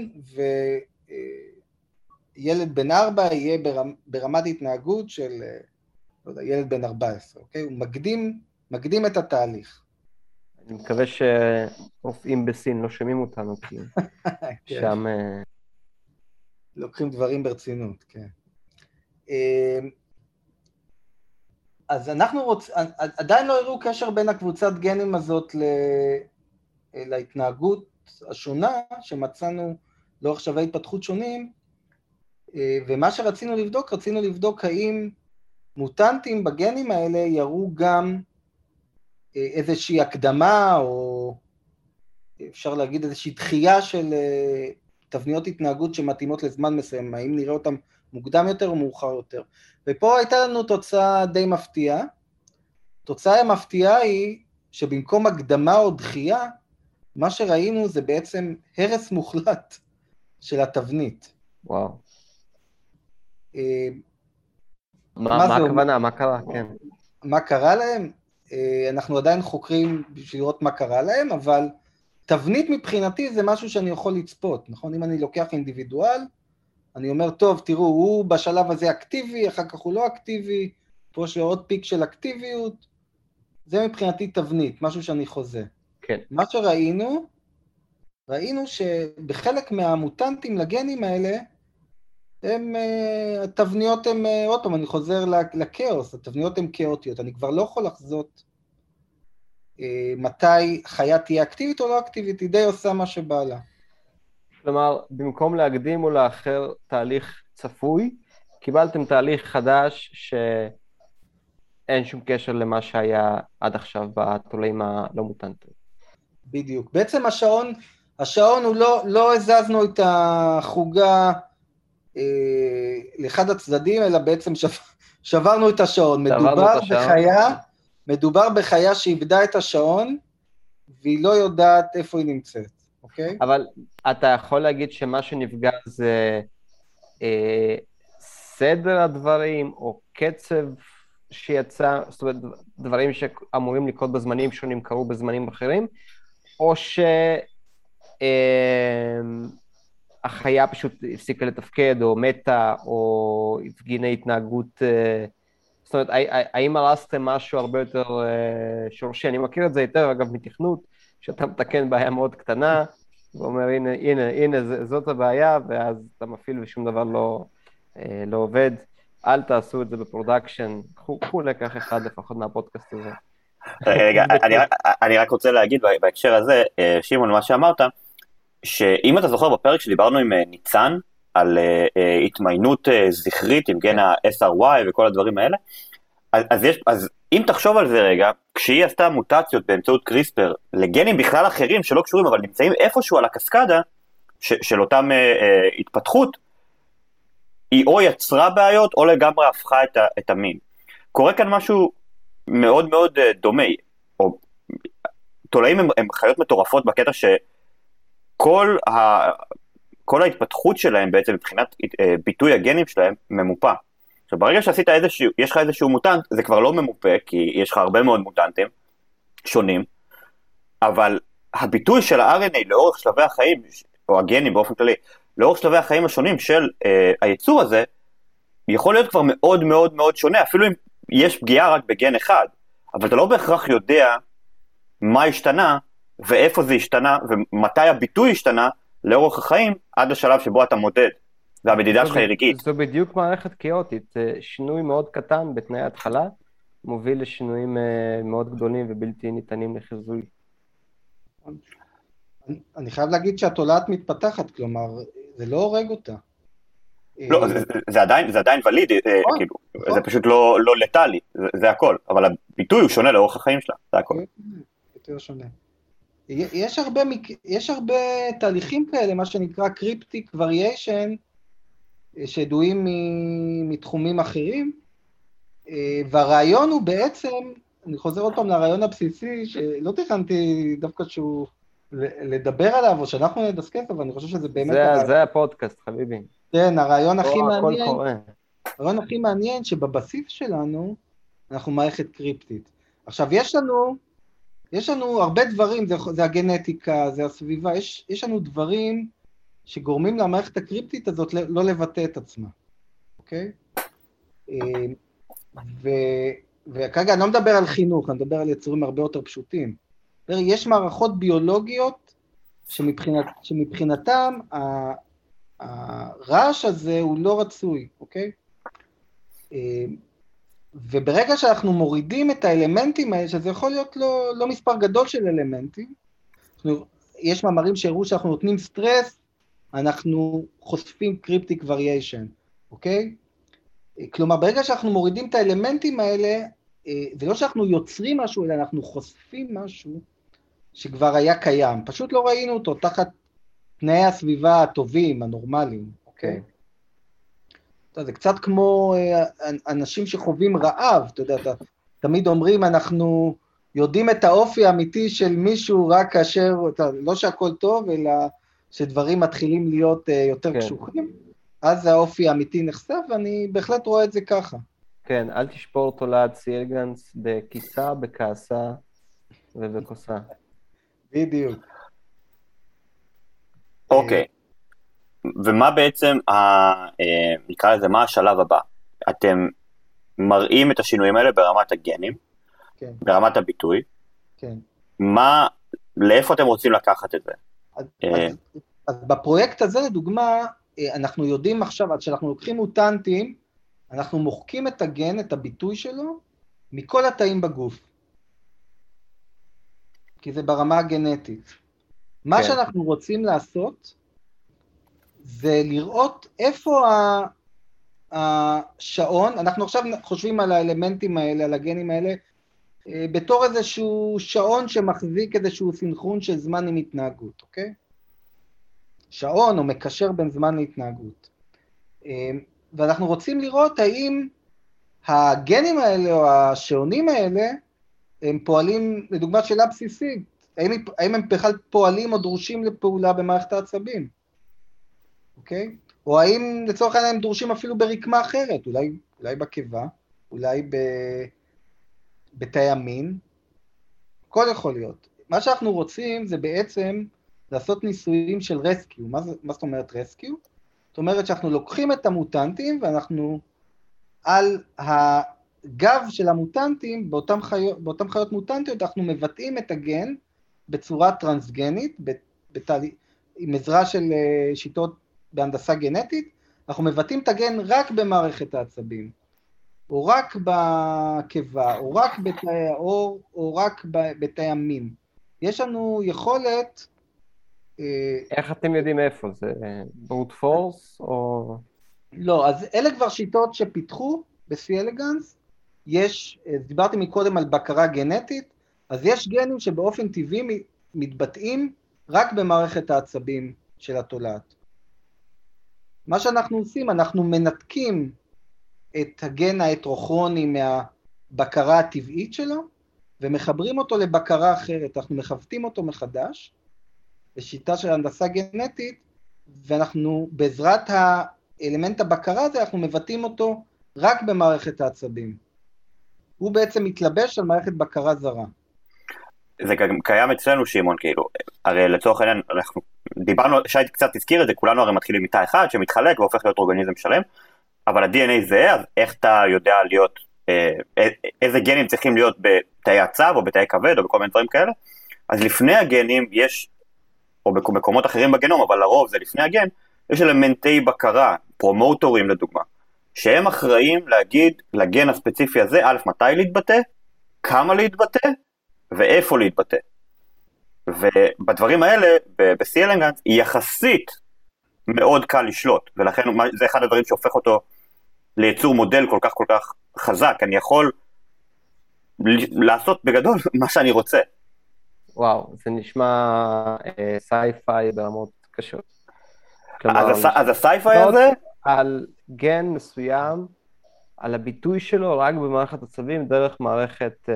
וילד בן ארבע יהיה ברמ, ברמת התנהגות של לא יודע, ילד בן ארבע עשרה, אוקיי? הוא מקדים, מקדים את התהליך. אני מקווה שרופאים בסין לא שומעים אותנו, כי שם... לוקחים דברים ברצינות, כן. אז אנחנו רוצים, עדיין לא הראו קשר בין הקבוצת גנים הזאת ל... להתנהגות השונה שמצאנו לאורך שלבי התפתחות שונים, ומה שרצינו לבדוק, רצינו לבדוק האם מוטנטים בגנים האלה יראו גם איזושהי הקדמה, או אפשר להגיד איזושהי דחייה של תבניות התנהגות שמתאימות לזמן מסוים, האם נראה אותם מוקדם יותר או מאוחר יותר. ופה הייתה לנו תוצאה די מפתיעה. תוצאה המפתיעה היא שבמקום הקדמה או דחייה, מה שראינו זה בעצם הרס מוחלט של התבנית. וואו. מה, מה, מה הכוונה? מה קרה? כן. מה קרה להם? אנחנו עדיין חוקרים בשביל לראות מה קרה להם, אבל תבנית מבחינתי זה משהו שאני יכול לצפות, נכון? אם אני לוקח אינדיבידואל, אני אומר, טוב, תראו, הוא בשלב הזה אקטיבי, אחר כך הוא לא אקטיבי, פה יש לו עוד פיק של אקטיביות, זה מבחינתי תבנית, משהו שאני חוזה. כן. מה שראינו, ראינו שבחלק מהמוטנטים לגנים האלה, הם, התבניות הן, עוד פעם, אני חוזר לקאוס, התבניות הן כאוטיות, אני כבר לא יכול לחזות מתי חיה תהיה אקטיבית או לא אקטיבית, היא די עושה מה שבא לה. כלומר, במקום להקדים או לאחר תהליך צפוי, קיבלתם תהליך חדש שאין שום קשר למה שהיה עד עכשיו בתולעים הלא מוטנטיים. בדיוק. בעצם השעון, השעון הוא לא, לא הזזנו את החוגה אה, לאחד הצדדים, אלא בעצם שב, שברנו את השעון. מדובר בחיה, מדובר בחיה שאיבדה את השעון, והיא לא יודעת איפה היא נמצאת. Okay. אבל אתה יכול להגיד שמה שנפגע זה אה, סדר הדברים, או קצב שיצא, זאת אומרת, דברים שאמורים לקרות בזמנים שונים קרו בזמנים אחרים, או שהחיה אה, פשוט הפסיקה לתפקד, או מתה, או הפגינה התנהגות, אה, זאת אומרת, האם הרסתם משהו הרבה יותר אה, שורשי? אני מכיר את זה היטב, אגב, מתכנות, שאתה מתקן בעיה מאוד קטנה, ואומר, הנה, הנה, הנה, זאת הבעיה, ואז אתה מפעיל ושום דבר לא, לא עובד. אל תעשו את זה בפרודקשן, קחו לקח אחד לפחות מהפודקאסט הזה. רגע, אני רק רוצה להגיד בהקשר הזה, שמעון, מה שאמרת, שאם אתה זוכר בפרק שדיברנו עם ניצן, על התמיינות זכרית עם גן ה-אס אר וואי וכל הדברים האלה, אז יש, אז אם תחשוב על זה רגע, כשהיא עשתה מוטציות באמצעות קריספר, לגנים בכלל אחרים שלא קשורים, אבל נמצאים איפשהו על הקסקדה, ש, של אותם אה, אה, התפתחות, היא או יצרה בעיות, או לגמרי הפכה את, ה, את המין. קורה כאן משהו מאוד מאוד אה, דומה, או תולעים הם, הם חיות מטורפות בקטע שכל ה, כל ההתפתחות שלהם בעצם מבחינת אה, ביטוי הגנים שלהם ממופה. עכשיו, ברגע שעשית איזשהו, יש לך איזשהו מוטנט, זה כבר לא ממופה, כי יש לך הרבה מאוד מוטנטים שונים, אבל הביטוי של ה-אר אן איי לאורך שלבי החיים, או הגנים באופן כללי, לאורך שלבי החיים השונים של אה, היצור הזה, יכול להיות כבר מאוד מאוד מאוד שונה, אפילו אם יש פגיעה רק בגן אחד, אבל אתה לא בהכרח יודע מה השתנה, ואיפה זה השתנה, ומתי הביטוי השתנה לאורך החיים, עד השלב שבו אתה מודד. והמדידה שלך היא רגעית. זו בדיוק מערכת כאוטית, שינוי מאוד קטן בתנאי ההתחלה, מוביל לשינויים מאוד גדולים ובלתי ניתנים לחיזוי. אני חייב להגיד שהתולעת מתפתחת, כלומר, זה לא הורג אותה. לא, זה עדיין, זה עדיין וליד, כאילו, זה פשוט לא לטלי, זה הכל, אבל הביטוי הוא שונה לאורך החיים שלה, זה הכל. יותר שונה. יש הרבה, יש הרבה תהליכים כאלה, מה שנקרא קריפטיק וריאשן, שידועים מתחומים אחרים, והרעיון הוא בעצם, אני חוזר עוד פעם לרעיון הבסיסי, שלא תכנתי דווקא שהוא לדבר עליו, או שאנחנו נדסקס, אבל אני חושב שזה באמת... זה, הרעיון... זה הפודקאסט, חביבי. כן, הרעיון הכי מעניין, הרעיון הכי מעניין שבבסיס שלנו, אנחנו מערכת קריפטית. עכשיו, יש לנו, יש לנו הרבה דברים, זה, זה הגנטיקה, זה הסביבה, יש, יש לנו דברים שגורמים למערכת הקריפטית הזאת לא לבטא את עצמה, אוקיי? ו, וכרגע אני לא מדבר על חינוך, אני מדבר על יצורים הרבה יותר פשוטים. יש מערכות ביולוגיות שמבחינת, שמבחינתם הרעש הזה הוא לא רצוי, אוקיי? וברגע שאנחנו מורידים את האלמנטים האלה, שזה יכול להיות לא, לא מספר גדול של אלמנטים, אנחנו, יש מאמרים שהראו שאנחנו נותנים סטרס, אנחנו חושפים קריפטיק וריאשן, אוקיי? כלומר, ברגע שאנחנו מורידים את האלמנטים האלה, זה לא שאנחנו יוצרים משהו, אלא אנחנו חושפים משהו שכבר היה קיים. פשוט לא ראינו אותו תחת תנאי הסביבה הטובים, הנורמליים, אוקיי? זה קצת כמו אנשים שחווים רעב, אתה יודע, תמיד אומרים, אנחנו יודעים את האופי האמיתי של מישהו רק כאשר, לא שהכל טוב, אלא שדברים מתחילים להיות יותר קשוחים, אז האופי האמיתי נחשף, ואני בהחלט רואה את זה ככה. כן, אל תשפור תולעת סילגנס בכיסה, בכעסה ובכוסה. בדיוק. אוקיי. ומה בעצם, נקרא לזה, מה השלב הבא? אתם מראים את השינויים האלה ברמת הגנים, כן. ברמת הביטוי. כן. מה, לאיפה אתם רוצים לקחת את זה? אז, אז, אז בפרויקט הזה, לדוגמה, אנחנו יודעים עכשיו, עד שאנחנו לוקחים מוטנטים, אנחנו מוחקים את הגן, את הביטוי שלו, מכל התאים בגוף. כי זה ברמה הגנטית. מה כן. שאנחנו רוצים לעשות, זה לראות איפה השעון, אנחנו עכשיו חושבים על האלמנטים האלה, על הגנים האלה, בתור איזשהו שעון שמחזיק איזשהו סינכרון של זמן עם התנהגות, אוקיי? שעון או מקשר בין זמן להתנהגות. ואנחנו רוצים לראות האם הגנים האלה או השעונים האלה, הם פועלים, לדוגמה שאלה בסיסית, האם, האם הם בכלל פועלים או דרושים לפעולה במערכת העצבים? אוקיי? או האם לצורך העניין הם דרושים אפילו ברקמה אחרת, אולי, אולי בקיבה, אולי ב, בתאי המין, הכל יכול להיות. מה שאנחנו רוצים זה בעצם לעשות ניסויים של רסקיו. מה, מה זאת אומרת רסקיו? זאת אומרת שאנחנו לוקחים את המוטנטים ואנחנו על הגב של המוטנטים, באותם חיות, באותם חיות מוטנטיות, אנחנו מבטאים את הגן בצורה טרנסגנית, בתהליך, עם עזרה של שיטות בהנדסה גנטית, אנחנו מבטאים את הגן רק במערכת העצבים, או רק בקיבה, או רק בתאי האור, או רק בתאי המין. יש לנו יכולת... איך אתם יודעים איפה? זה ברוט פורס או... לא, אז אלה כבר שיטות שפיתחו ב-C elegans, יש, דיברתי מקודם על בקרה גנטית, אז יש גנים שבאופן טבעי מתבטאים רק במערכת העצבים של התולעת. מה שאנחנו עושים, אנחנו מנתקים את הגן ההטרוכרוני מהבקרה הטבעית שלו, ומחברים אותו לבקרה אחרת, אנחנו מחוותים אותו מחדש, בשיטה של הנדסה גנטית, ואנחנו בעזרת האלמנט הבקרה הזה, אנחנו מבטאים אותו רק במערכת העצבים. הוא בעצם מתלבש על מערכת בקרה זרה. זה קיים אצלנו, שימון, כאילו, הרי לצורך העניין, אנחנו דיברנו, שי קצת תזכיר את זה, כולנו הרי מתחילים מתא אחד שמתחלק והופך להיות אורגניזם שלם, אבל ה-די אן איי זה, אז איך אתה יודע להיות, אה, איזה גנים צריכים להיות בתאי עצב או בתאי כבד או בכל מיני דברים כאלה, אז לפני הגנים יש, או במקומות אחרים בגנום, אבל לרוב זה לפני הגן, יש אלמנטי בקרה, פרומוטורים לדוגמה, שהם אחראים להגיד לגן הספציפי הזה, א', מתי להתבטא, כמה להתבטא, ואיפה להתבטא. ובדברים האלה, ב-C elegans, יחסית מאוד קל לשלוט, ולכן זה אחד הדברים שהופך אותו ליצור מודל כל כך כל כך חזק, אני יכול לעשות בגדול מה שאני רוצה. וואו, זה נשמע סייפיי ברמות קשות. אז הסייפיי הזה? על גן מסוים, על הביטוי שלו רק במערכת עצבים, דרך מערכת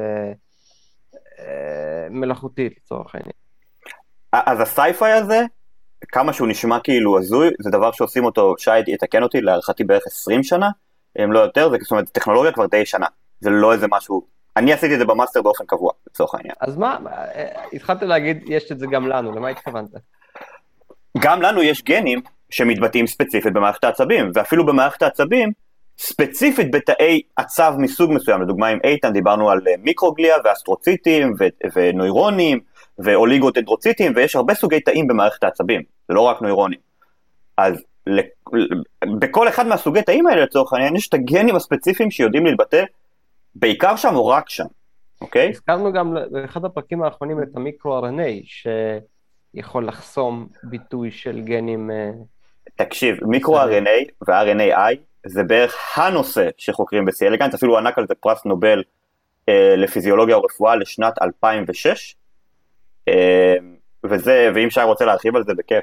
מלאכותית לצורך העניין. אז הסייפיי הזה, כמה שהוא נשמע כאילו הזוי, זה דבר שעושים אותו, שי יתקן אותי, להערכתי בערך עשרים שנה, אם לא יותר, זה זאת אומרת, טכנולוגיה כבר די שנה, זה לא איזה משהו, אני עשיתי את זה במאסטר באופן קבוע, לצורך העניין. אז מה, התחלת להגיד, יש את זה גם לנו, למה התכוונת? גם לנו יש גנים שמתבטאים ספציפית במערכת העצבים, ואפילו במערכת העצבים, ספציפית בתאי עצב מסוג מסוים, לדוגמה עם איתן דיברנו על מיקרוגליה ואסטרוציטים ו- ונוירונים ואוליגודנדרוציטים, ויש הרבה סוגי תאים במערכת העצבים, זה לא רק נוירונים. אז בכל אחד מהסוגי תאים האלה לצורך העניין, יש את הגנים הספציפיים שיודעים להתבטא, בעיקר שם או רק שם, אוקיי? הזכרנו גם באחד הפרקים האחרונים את המיקרו-אר אן איי, שיכול לחסום ביטוי של גנים... תקשיב, מיקרו-אר אן איי ו-אר אן איי איי, זה בערך הנושא שחוקרים ב-C. elegans, אפילו הוא ענק על זה פרס נובל אה, לפיזיולוגיה או רפואה לשנת אלפיים ושש, אה, וזה, ואם שי רוצה להרחיב על זה, בכיף.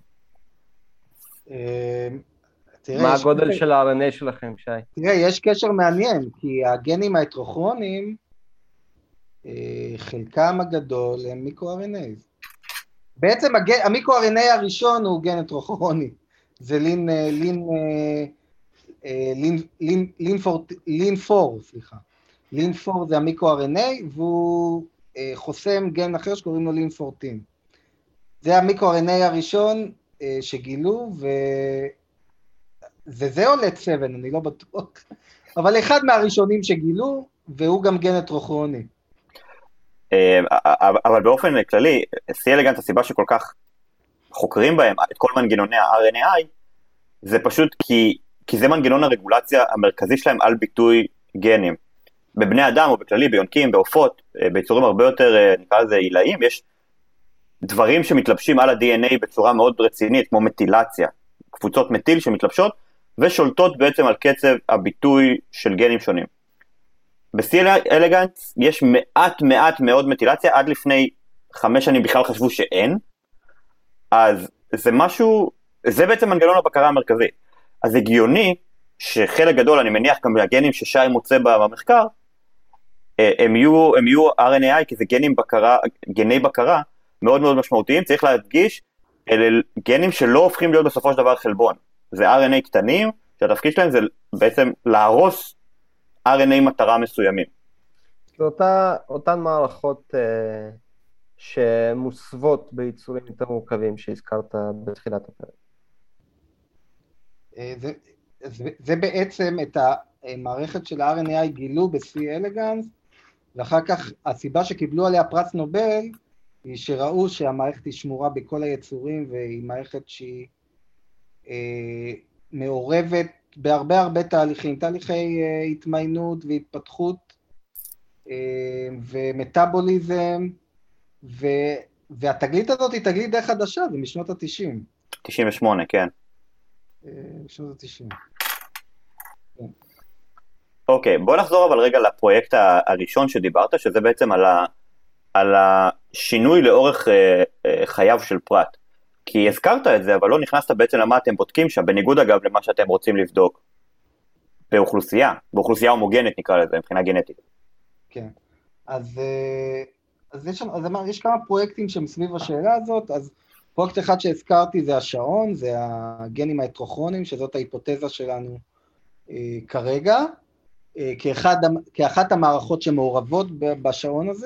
מה הגודל של ה-אר אן איי שלכם, שי? תראה, יש קשר מעניין, כי הגנים ההטרוכרונים, חלקם הגדול הם מיקרו-אר אן איי. בעצם המיקרו-אר אן איי הראשון הוא גן הטרוכרוני, זה לין, לין, לין, לין, לין פור, לין פור, סליחה. לין פור זה המיקרו-אר אן איי, והוא חוסם גן אחר שקוראים לו לין פורטין. זה המיקרו-אר אן איי הראשון שגילו, ו... וזה עולה סבן, אני לא בטוח, אבל אחד מהראשונים שגילו, והוא גם גן הטרוכרוני. אבל באופן כללי, C. elegans, הסיבה שכל כך חוקרים בהם את כל מנגנוני ה-אר אן איי איי, זה פשוט כי, כי זה מנגנון הרגולציה המרכזי שלהם על ביטוי גנים. בבני אדם או בכללי, ביונקים, בעופות, ביצורים הרבה יותר, נקרא לזה, עילאיים, יש דברים שמתלבשים על ה-די אן איי בצורה מאוד רצינית, כמו מטילציה, קבוצות מטיל שמתלבשות, ושולטות בעצם על קצב הביטוי של גנים שונים. ב-C. elegans יש מעט מעט מאוד מטילציה, עד לפני חמש שנים בכלל חשבו שאין, אז זה משהו, זה בעצם מנגנון הבקרה המרכזי. אז הגיוני שחלק גדול, אני מניח גם מהגנים ששי מוצא במחקר, הם יהיו, הם יהיו אר אן איי איי, כי זה גנים בקרה, גני בקרה מאוד מאוד משמעותיים, צריך להדגיש, אלה גנים שלא הופכים להיות בסופו של דבר חלבון. זה אר אן איי קטנים, שהתפקיד שלהם זה בעצם להרוס אר אן איי מטרה מסוימים. אותה, אותן מערכות אה, שמוסוות ביצורים יותר מורכבים שהזכרת בתחילת הפרק. זה, זה, זה בעצם את המערכת של ה-אר אן איי איי גילו ב-C. elegans, ואחר כך הסיבה שקיבלו עליה פרס נובל, היא שראו שהמערכת היא שמורה בכל היצורים, והיא מערכת שהיא אה, מעורבת בהרבה הרבה תהליכים, תהליכי אה, התמיינות והתפתחות, אה, ומטאבוליזם, ו, והתגלית הזאת היא תגלית די חדשה, זה משנות ה-תשעים. תשעים ושמונה, כן. אה, משנות ה-תשעים. אוקיי, בוא נחזור אבל רגע לפרויקט הראשון שדיברת, שזה בעצם על, ה, על השינוי לאורך אה, אה, חייו של פרט. כי הזכרת את זה, אבל לא נכנסת בעצם למה אתם בודקים שם, בניגוד אגב למה שאתם רוצים לבדוק באוכלוסייה, באוכלוסייה הומוגנית נקרא לזה, מבחינה גנטית. כן, אז, אז, יש, אז יש כמה פרויקטים שמסביב השאלה הזאת, אז פרויקט אחד שהזכרתי זה השעון, זה הגנים ההטרוכרונים, שזאת ההיפותזה שלנו אה, כרגע, אה, כאחד, כאחת המערכות שמעורבות בשעון הזה.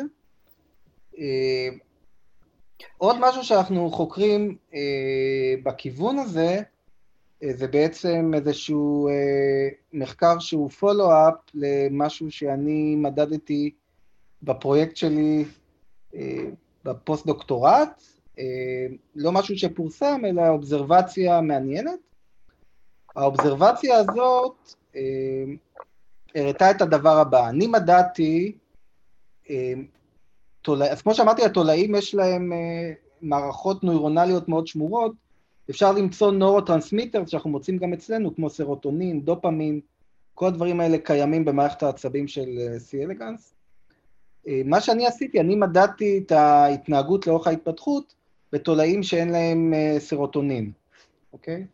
אה, עוד משהו שאנחנו חוקרים אה, בכיוון הזה, אה, זה בעצם איזשהו אה, מחקר שהוא פולו-אפ למשהו שאני מדדתי בפרויקט שלי אה, בפוסט-דוקטורט, אה, לא משהו שפורסם, אלא אובזרבציה מעניינת. האובזרבציה הזאת אה, הראתה את הדבר הבא, אני מדדתי, אה, אז כמו שאמרתי, התולעים יש להם מערכות נוירונליות מאוד שמורות, אפשר למצוא נורוטרנסמיטר שאנחנו מוצאים גם אצלנו, כמו סרוטונין, דופמין, כל הדברים האלה קיימים במערכת העצבים של C. elegans. מה שאני עשיתי, אני מדדתי את ההתנהגות לאורך ההתפתחות, בתולעים שאין להם סרוטונין, אוקיי?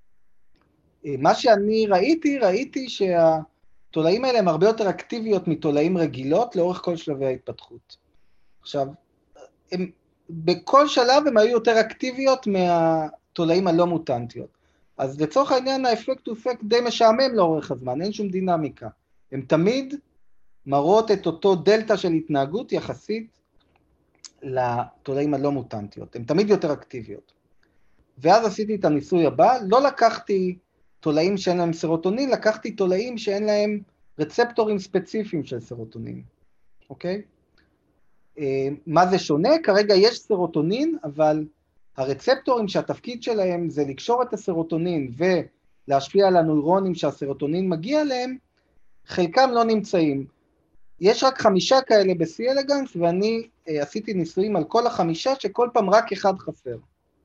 מה שאני ראיתי, ראיתי שהתולעים האלה הם הרבה יותר אקטיביות מתולעים רגילות לאורך כל שלבי ההתפתחות. עכשיו, הם, בכל שלב הם היו יותר אקטיביות מהתולעים הלא מוטנטיות. אז לצורך העניין, האפקט הוא אפקט די משעמם לאורך הזמן, אין שום דינמיקה. הם תמיד מראות את אותו דלטה של התנהגות יחסית לתולעים הלא מוטנטיות. הם תמיד יותר אקטיביות. ואז עשיתי את הניסוי הבא, לא לקחתי תולעים שאין להם סרוטונין, לקחתי תולעים שאין להם רצפטורים ספציפיים של סרוטונין. אוקיי? מה זה שונה? כרגע יש סרוטונין, אבל הרצפטורים שהתפקיד שלהם זה לקשור את הסרוטונין ולהשפיע על הנוירונים שהסרוטונין מגיע להם, חלקם לא נמצאים. יש רק חמישה כאלה ב-C elegans, ואני אה, עשיתי ניסויים על כל החמישה, שכל פעם רק אחד חסר.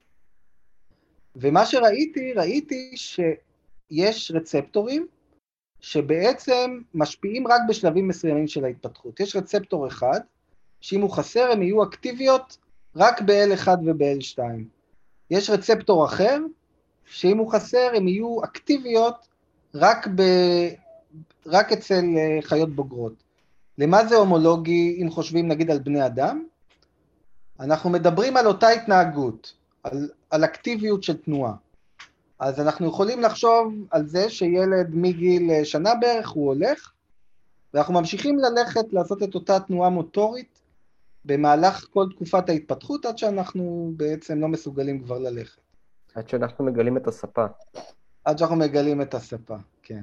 ומה שראיתי, ראיתי שיש רצפטורים, שבעצם משפיעים רק בשלבים מסוימים של ההתפתחות. יש רצפטור אחד, שאם הוא חסר הם יהיו אקטיביות רק ב-L אחד וב-L שתיים. יש רצפטור אחר, שאם הוא חסר הם יהיו אקטיביות רק, ב... רק אצל חיות בוגרות. למה זה הומולוגי אם חושבים נגיד על בני אדם? אנחנו מדברים על אותה התנהגות, על, על אקטיביות של תנועה. אז אנחנו יכולים לחשוב על זה שילד מגיל שנה בערך הוא הולך, ואנחנו ממשיכים ללכת לעשות את אותה תנועה מוטורית, במהלך כל תקופת ההתפתחות, עד שאנחנו בעצם לא מסוגלים כבר ללכת. עד שאנחנו מגלים את הספה. עד שאנחנו מגלים את הספה, כן.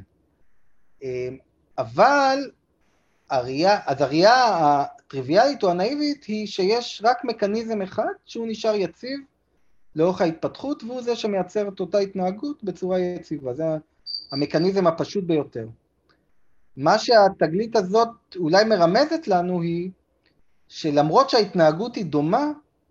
אבל הראייה, אז הראייה הטריוויאלית או הנאיבית היא שיש רק מקניזם אחד שהוא נשאר יציב לאורך ההתפתחות, והוא זה שמייצר את אותה התנהגות בצורה יציבה. זה המקניזם הפשוט ביותר. מה שהתגלית הזאת אולי מרמזת לנו היא שלמרות שההתנהגות היא דומה,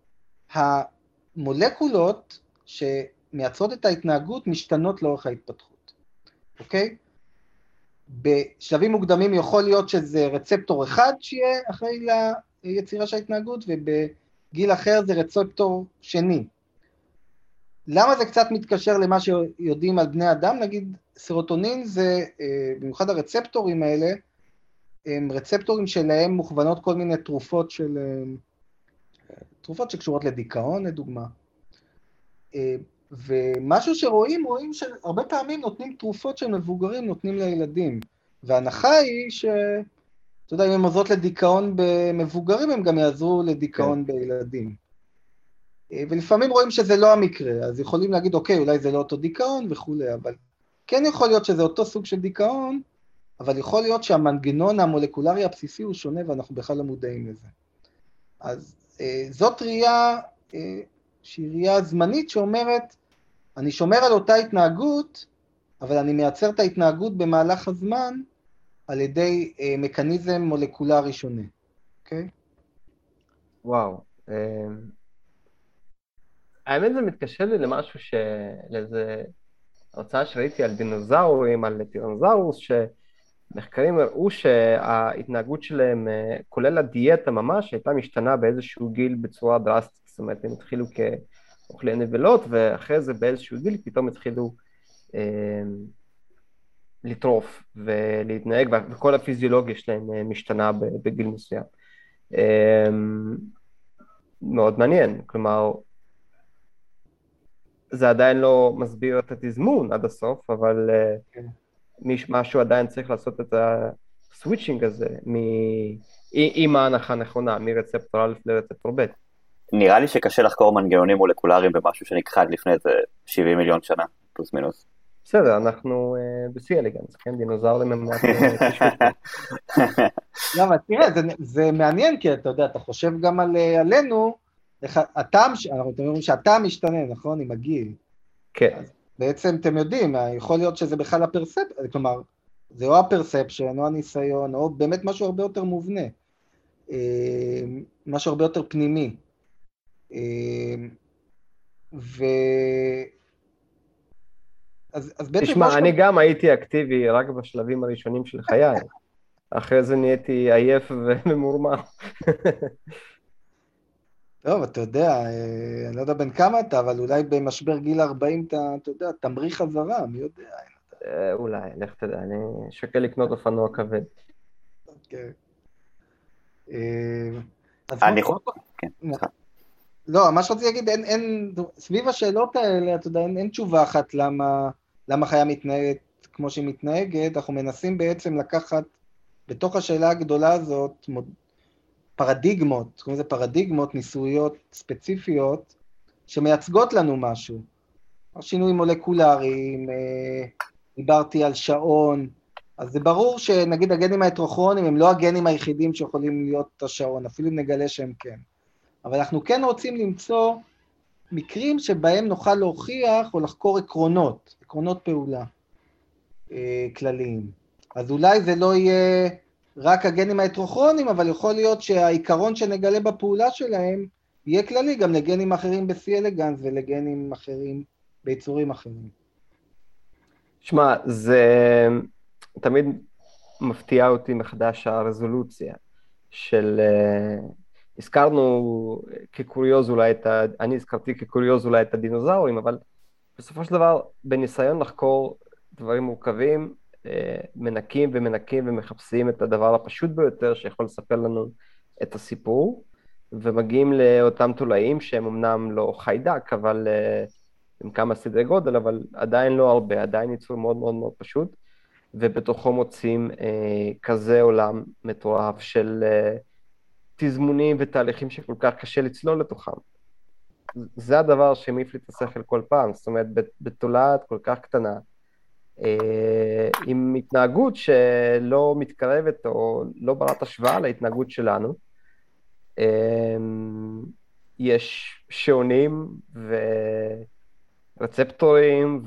המולקולות שמייצרות את ההתנהגות משתנות לאורך ההתפתחות. אוקיי? בשלבים מוקדמים יכול להיות שזה רצפטור אחד שיהיה אחרי ליצירה של ההתנהגות, ובגיל אחר זה רצפטור שני. למה זה קצת מתקשר למה שיודעים על בני אדם? נגיד סרוטונין זה, במיוחד הרצפטורים האלה, הם רצפטורים שלהם מוכוונות כל מיני תרופות של, תרופות שקשורות לדיכאון לדוגמה. ומשהו שרואים, רואים שהרבה פעמים נותנים תרופות של מבוגרים, נותנים לילדים. וההנחה היא ש, אתה יודע, אם הם עוזרות לדיכאון במבוגרים, הם גם יעזרו לדיכאון בילדים. ולפעמים רואים שזה לא המקרה, אז יכולים להגיד, אוקיי, אולי זה לא אותו דיכאון וכו', אבל כן יכול להיות שזה אותו סוג של דיכאון, אבל יכול להיות שהמנגנון המולקולרי הבסיסי הוא שונה, ואנחנו בכלל לא מודעים לזה. אז אה, זאת ראייה, אה, שהיא ראייה זמנית שאומרת, אני שומר על אותה התנהגות, אבל אני מייצר את ההתנהגות במהלך הזמן, על ידי אה, מקניזם מולקולרי שונה. אוקיי? וואו. אה... האמת זה מתקשר לי למשהו ש... לאיזה הרצאה שראיתי על דינוזאורים, על טירנוזאורוס, שמחקרים הראו שההתנהגות שלהם, כולל הדיאטה ממש, הייתה משתנה באיזשהו גיל בצורה דרסטית. זאת אומרת, הם התחילו כאוכלי נבלות, ואחרי זה באיזשהו גיל פתאום התחילו אה, לטרוף ולהתנהג, וכל הפיזיולוגיה שלהם משתנה בגיל מסוים. אה, מאוד מעניין, כלומר, זה עדיין לא מסביר את התזמון עד הסוף, אבל okay. משהו עדיין צריך לעשות את הסוויצ'ינג הזה, עם ההנחה נכונה, מרצפטור א' לרצפטור ב'. נראה לי שקשה לחקור מנגנונים מולקולריים במשהו שנכחד לפני איזה שבעים מיליון שנה, פלוס מינוס. בסדר, אנחנו ב-C elegans, כן? דינוזאור לממורת פשוט. למה, תראה, זה מעניין, כי אתה יודע, אתה חושב גם עלינו, הטעם, אנחנו אומרים שהטעם משתנה, נכון? עם הגיל. כן. אז בעצם אתם יודעים, יכול להיות שזה בכלל הפרספ... כלומר, זה או הפרספשן, או הניסיון, או באמת משהו הרבה יותר מובנה. משהו הרבה יותר פנימי. ו... אז, אז בעצם... תשמע, אני גם הייתי אקטיבי רק בשלבים הראשונים של חיי. אחרי זה נהייתי עייף וממורמר. טוב, אתה יודע, אני לא יודע בין כמה אתה, אבל אולי במשבר גיל ארבעים אתה, אתה יודע, תמריא חזרה, מי יודע. אולי, לך תדע, אני שקל לקנות אופנוע כבד. אוקיי. אני יכול... לא, מה שרציתי להגיד, אין, אין, סביב השאלות האלה, אתה יודע, אין, אין תשובה אחת למה, למה חיה מתנהגת כמו שהיא מתנהגת, אנחנו מנסים בעצם לקחת בתוך השאלה הגדולה הזאת, פרדיגמות, קוראים לזה פרדיגמות ניסויות ספציפיות, שמייצגות לנו משהו. שינויים מולקולריים, דיברתי על שעון, אז זה ברור שנגיד הגנים ההטרוכרונים הם לא הגנים היחידים שיכולים להיות השעון, אפילו אם נגלה שהם כן. אבל אנחנו כן רוצים למצוא מקרים שבהם נוכל להוכיח או לחקור עקרונות, עקרונות פעולה אה, כלליים. אז אולי זה לא יהיה רק הגנים ההטרוכרונים, אבל יכול להיות שהעיקרון שנגלה בפעולה שלהם יהיה כללי גם לגנים אחרים ב-C elegans ולגנים אחרים ביצורים אחרים. שמע, זה תמיד מפתיע אותי מחדש הרזולוציה של... הזכרנו כקוריוז אולי את ה... אני הזכרתי כקוריוז אולי את הדינוזאורים, אבל בסופו של דבר, בניסיון לחקור דברים מורכבים, מנקים ומנקים ומחפשים את הדבר הפשוט ביותר שיכול לספר לנו את הסיפור, ומגיעים לאותם תולעים שהם אמנם לא חיידק, אבל עם כמה סדרי גודל, אבל עדיין לא הרבה, עדיין ייצור מאוד מאוד מאוד פשוט, ובתוכו מוצאים כזה עולם מטורף של תזמונים ותהליכים שכל כך קשה לצלול לתוכם. זה הדבר שמעיף לי את השכל כל פעם, זאת אומרת, בתולעת כל כך קטנה, עם התנהגות שלא מתקרבת או לא ברת השוואה להתנהגות שלנו, יש שעונים ורצפטורים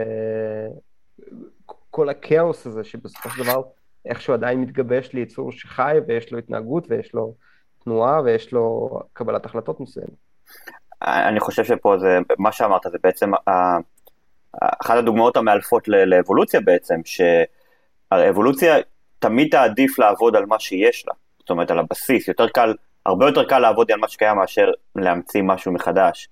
וכל הכאוס הזה שבסופו של דבר איכשהו עדיין מתגבש ליצור שחי ויש לו התנהגות ויש לו תנועה ויש לו קבלת החלטות מסוימת. אני חושב שפה זה, מה שאמרת זה בעצם אחת הדוגמאות המאלפות לאבולוציה בעצם, שהאבולוציה תמיד תעדיף לעבוד על מה שיש לה, זאת אומרת על הבסיס, יותר קל, הרבה יותר קל לעבוד על מה שקיים מאשר להמציא משהו מחדש,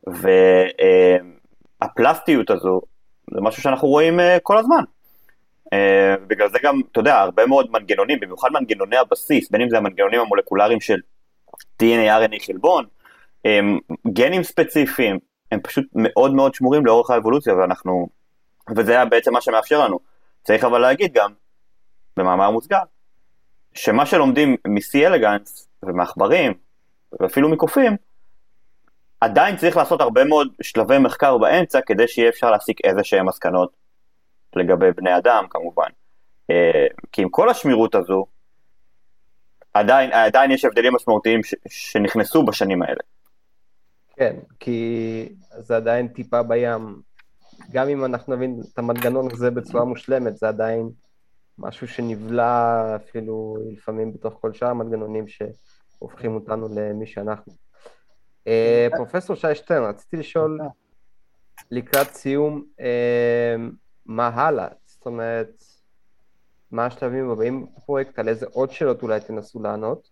והפלסטיות הזו זה משהו שאנחנו רואים כל הזמן, בגלל זה גם, אתה יודע, הרבה מאוד מנגנונים, במיוחד מנגנוני הבסיס, בין אם זה המנגנונים המולקולריים של די אן איי, אר אן איי, חלבון, גנים ספציפיים, הם פשוט מאוד מאוד שמורים לאורך האבולוציה, ואנחנו, וזה היה בעצם מה שמאפשר לנו. צריך אבל להגיד גם, במאמר מוסגר, שמה שלומדים מ-C elegans ומעכברים, ואפילו מקופים, עדיין צריך לעשות הרבה מאוד שלבי מחקר באמצע, כדי שיהיה אפשר להסיק איזה שהם מסקנות, לגבי בני אדם כמובן. כי עם כל השמירות הזו, עדיין, עדיין יש הבדלים משמעותיים ש- שנכנסו בשנים האלה. כן, כי זה עדיין טיפה בים. גם אם אנחנו נבין את המנגנון הזה בצורה מושלמת, זה עדיין משהו שנבלע אפילו לפעמים בתוך כל שאר המנגנונים שהופכים אותנו למי שאנחנו. פרופסור שי שטרן, רציתי לשאול לקראת סיום, מה הלאה? זאת אומרת, מה השלבים הבאים בפרויקט, על איזה עוד שאלות אולי תנסו לענות,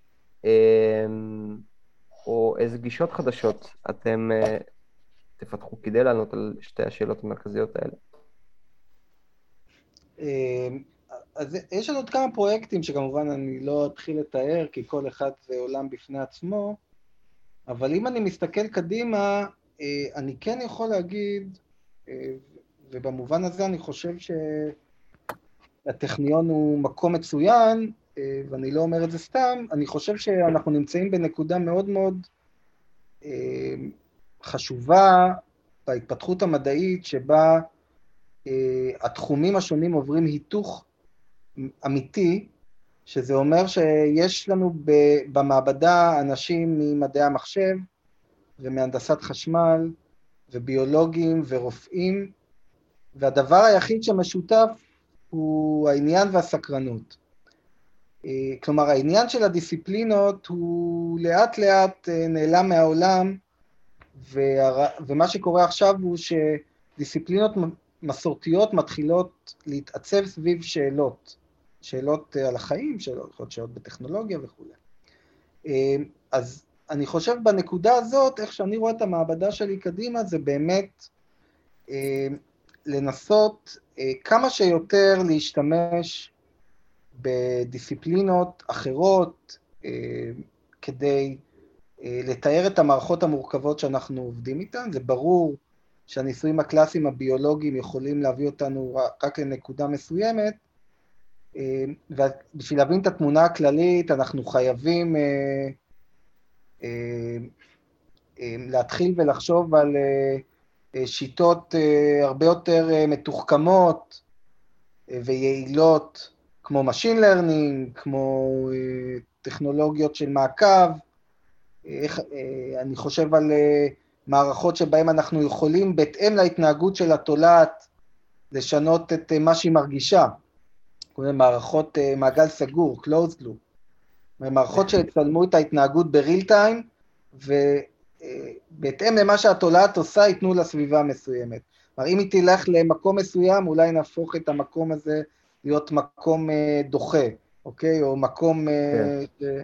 או איזה גישות חדשות אתם תפתחו כדי לענות על שתי השאלות המרכזיות האלה. אז יש לנו עוד כמה פרויקטים שכמובן אני לא אתחיל לתאר, כי כל אחד זה עולם בפני עצמו, אבל אם אני מסתכל קדימה, אני כן יכול להגיד, ובמובן הזה אני חושב שהטכניון הוא מקום מצוין, ואני לא אומר את זה סתם, אני חושב שאנחנו נמצאים בנקודה מאוד מאוד חשובה בהתפתחות המדעית, שבה התחומים השונים עוברים היתוך אמיתי, שזה אומר שיש לנו במעבדה אנשים ממדעי המחשב, ומהנדסת חשמל, וביולוגים ורופאים, והדבר היחיד שמשותף הוא העניין והסקרנות. כלומר, העניין של הדיסציפלינות הוא לאט לאט נעלם מהעולם, ומה שקורה עכשיו הוא שדיסציפלינות מסורתיות מתחילות להתעצב סביב שאלות, שאלות על החיים, שאלות, שאלות בטכנולוגיה וכו'. אז אני חושב בנקודה הזאת, איך שאני רואה את המעבדה שלי קדימה, זה באמת לנסות כמה שיותר להשתמש בדיסציפלינות אחרות, כדי לתאר את המערכות המורכבות שאנחנו עובדים איתן. זה ברור שהניסויים הקלאסיים הביולוגיים יכולים להביא אותנו רק לנקודה מסוימת, ובשביל להבין את התמונה הכללית אנחנו חייבים להתחיל ולחשוב על שיטות הרבה יותר מתוחכמות ויעילות, כמו Machine Learning, כמו טכנולוגיות של מעקב. אני חושב על מערכות שבהן אנחנו יכולים, בהתאם להתנהגות של התולעת, לשנות את מה שהיא מרגישה. כלומר, מערכות מעגל סגור, closed loop. מערכות שיצלמו את ההתנהגות בריל טיים, ובהתאם למה שהתולעת עושה, ייתנו לה סביבה מסוימת. כלומר, אם היא תלך למקום מסוים, אולי נהפוך את המקום הזה להיות מקום דוחה, אוקיי? או מקום... כן.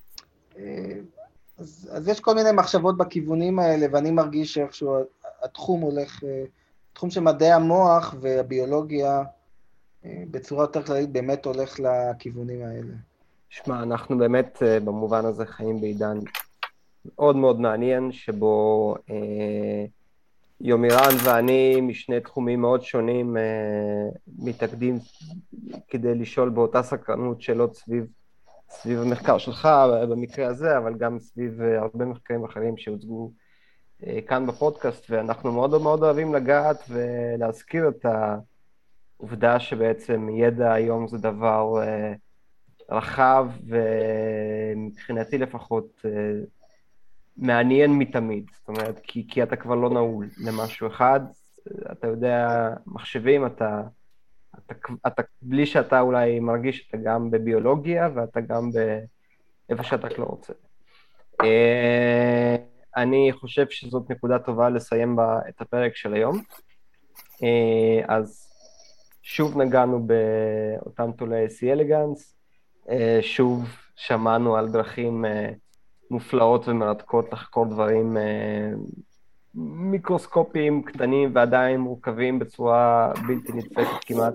אז, אז יש כל מיני מחשבות בכיוונים האלה, ואני מרגיש שאיכשהו התחום הולך, התחום של מדעי המוח והביולוגיה, בצורה יותר כללית, באמת הולך לכיוונים האלה. שמע, אנחנו באמת במובן הזה חיים בעידן מאוד מאוד מעניין, שבו אה, יומירן ואני משני תחומים מאוד שונים אה, מתאגדים כדי לשאול באותה סקרנות שאלות סביב, סביב המחקר שלך במקרה הזה, אבל גם סביב הרבה מחקרים אחרים שהוצגו אה, כאן בפודקאסט, ואנחנו מאוד מאוד אוהבים לגעת ולהזכיר את העובדה שבעצם ידע היום זה דבר אה, רחב, ומבחינתי לפחות אה, מעניין מתמיד, זאת אומרת, כי, כי אתה כבר לא נעול למשהו אחד, אתה יודע, מחשבים, אתה, אתה, אתה, בלי שאתה אולי מרגיש, אתה גם בביולוגיה, ואתה גם באיפה שאתה לא רוצה. אני חושב שזאת נקודה טובה לסיים בה את הפרק של היום, אז שוב נגענו באותם תולעי C. elegans, שוב שמענו על דרכים מופלאות ומרתקות לחקור דברים מיקרוסקופיים קטנים ועדיין מורכבים בצורה בלתי נתפסת כמעט.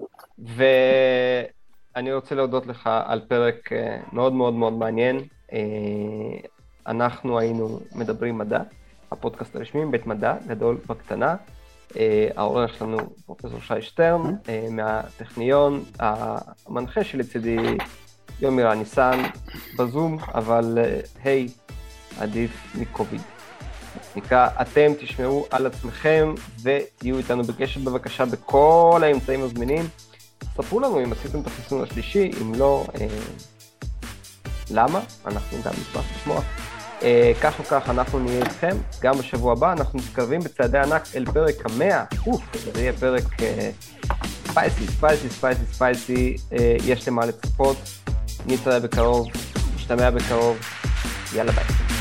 ואני רוצה להודות לך על פרק מאוד מאוד מאוד מעניין. אנחנו היינו מדברים מדע, הפודקאסט הרשמי בית מדע גדול בקטנה. העורך שלנו פרופסור שי שטרן מהטכניון, המנחה שלצידי יומירן ניסן בזום, אבל היי, עדיף מקוביד. נקרא, אתם תשמעו על עצמכם ותהיו איתנו בקשר בבקשה בכל האמצעים הזמינים. ספרו לנו אם עשיתם את החיסון השלישי, אם לא, אה, למה? אנחנו גם נשמח לשמוע. אה, כך או כך אנחנו נהיה איתכם, גם בשבוע הבא אנחנו מתקרבים בצעדי ענק אל פרק המאה, אוף, זה יהיה פרק אה, ספייסי, ספייסי, ספייסי, ספייסי, אה, יש למה לצפות. נתראה בקרוב, נשתמע בקרוב, יאללה ביי.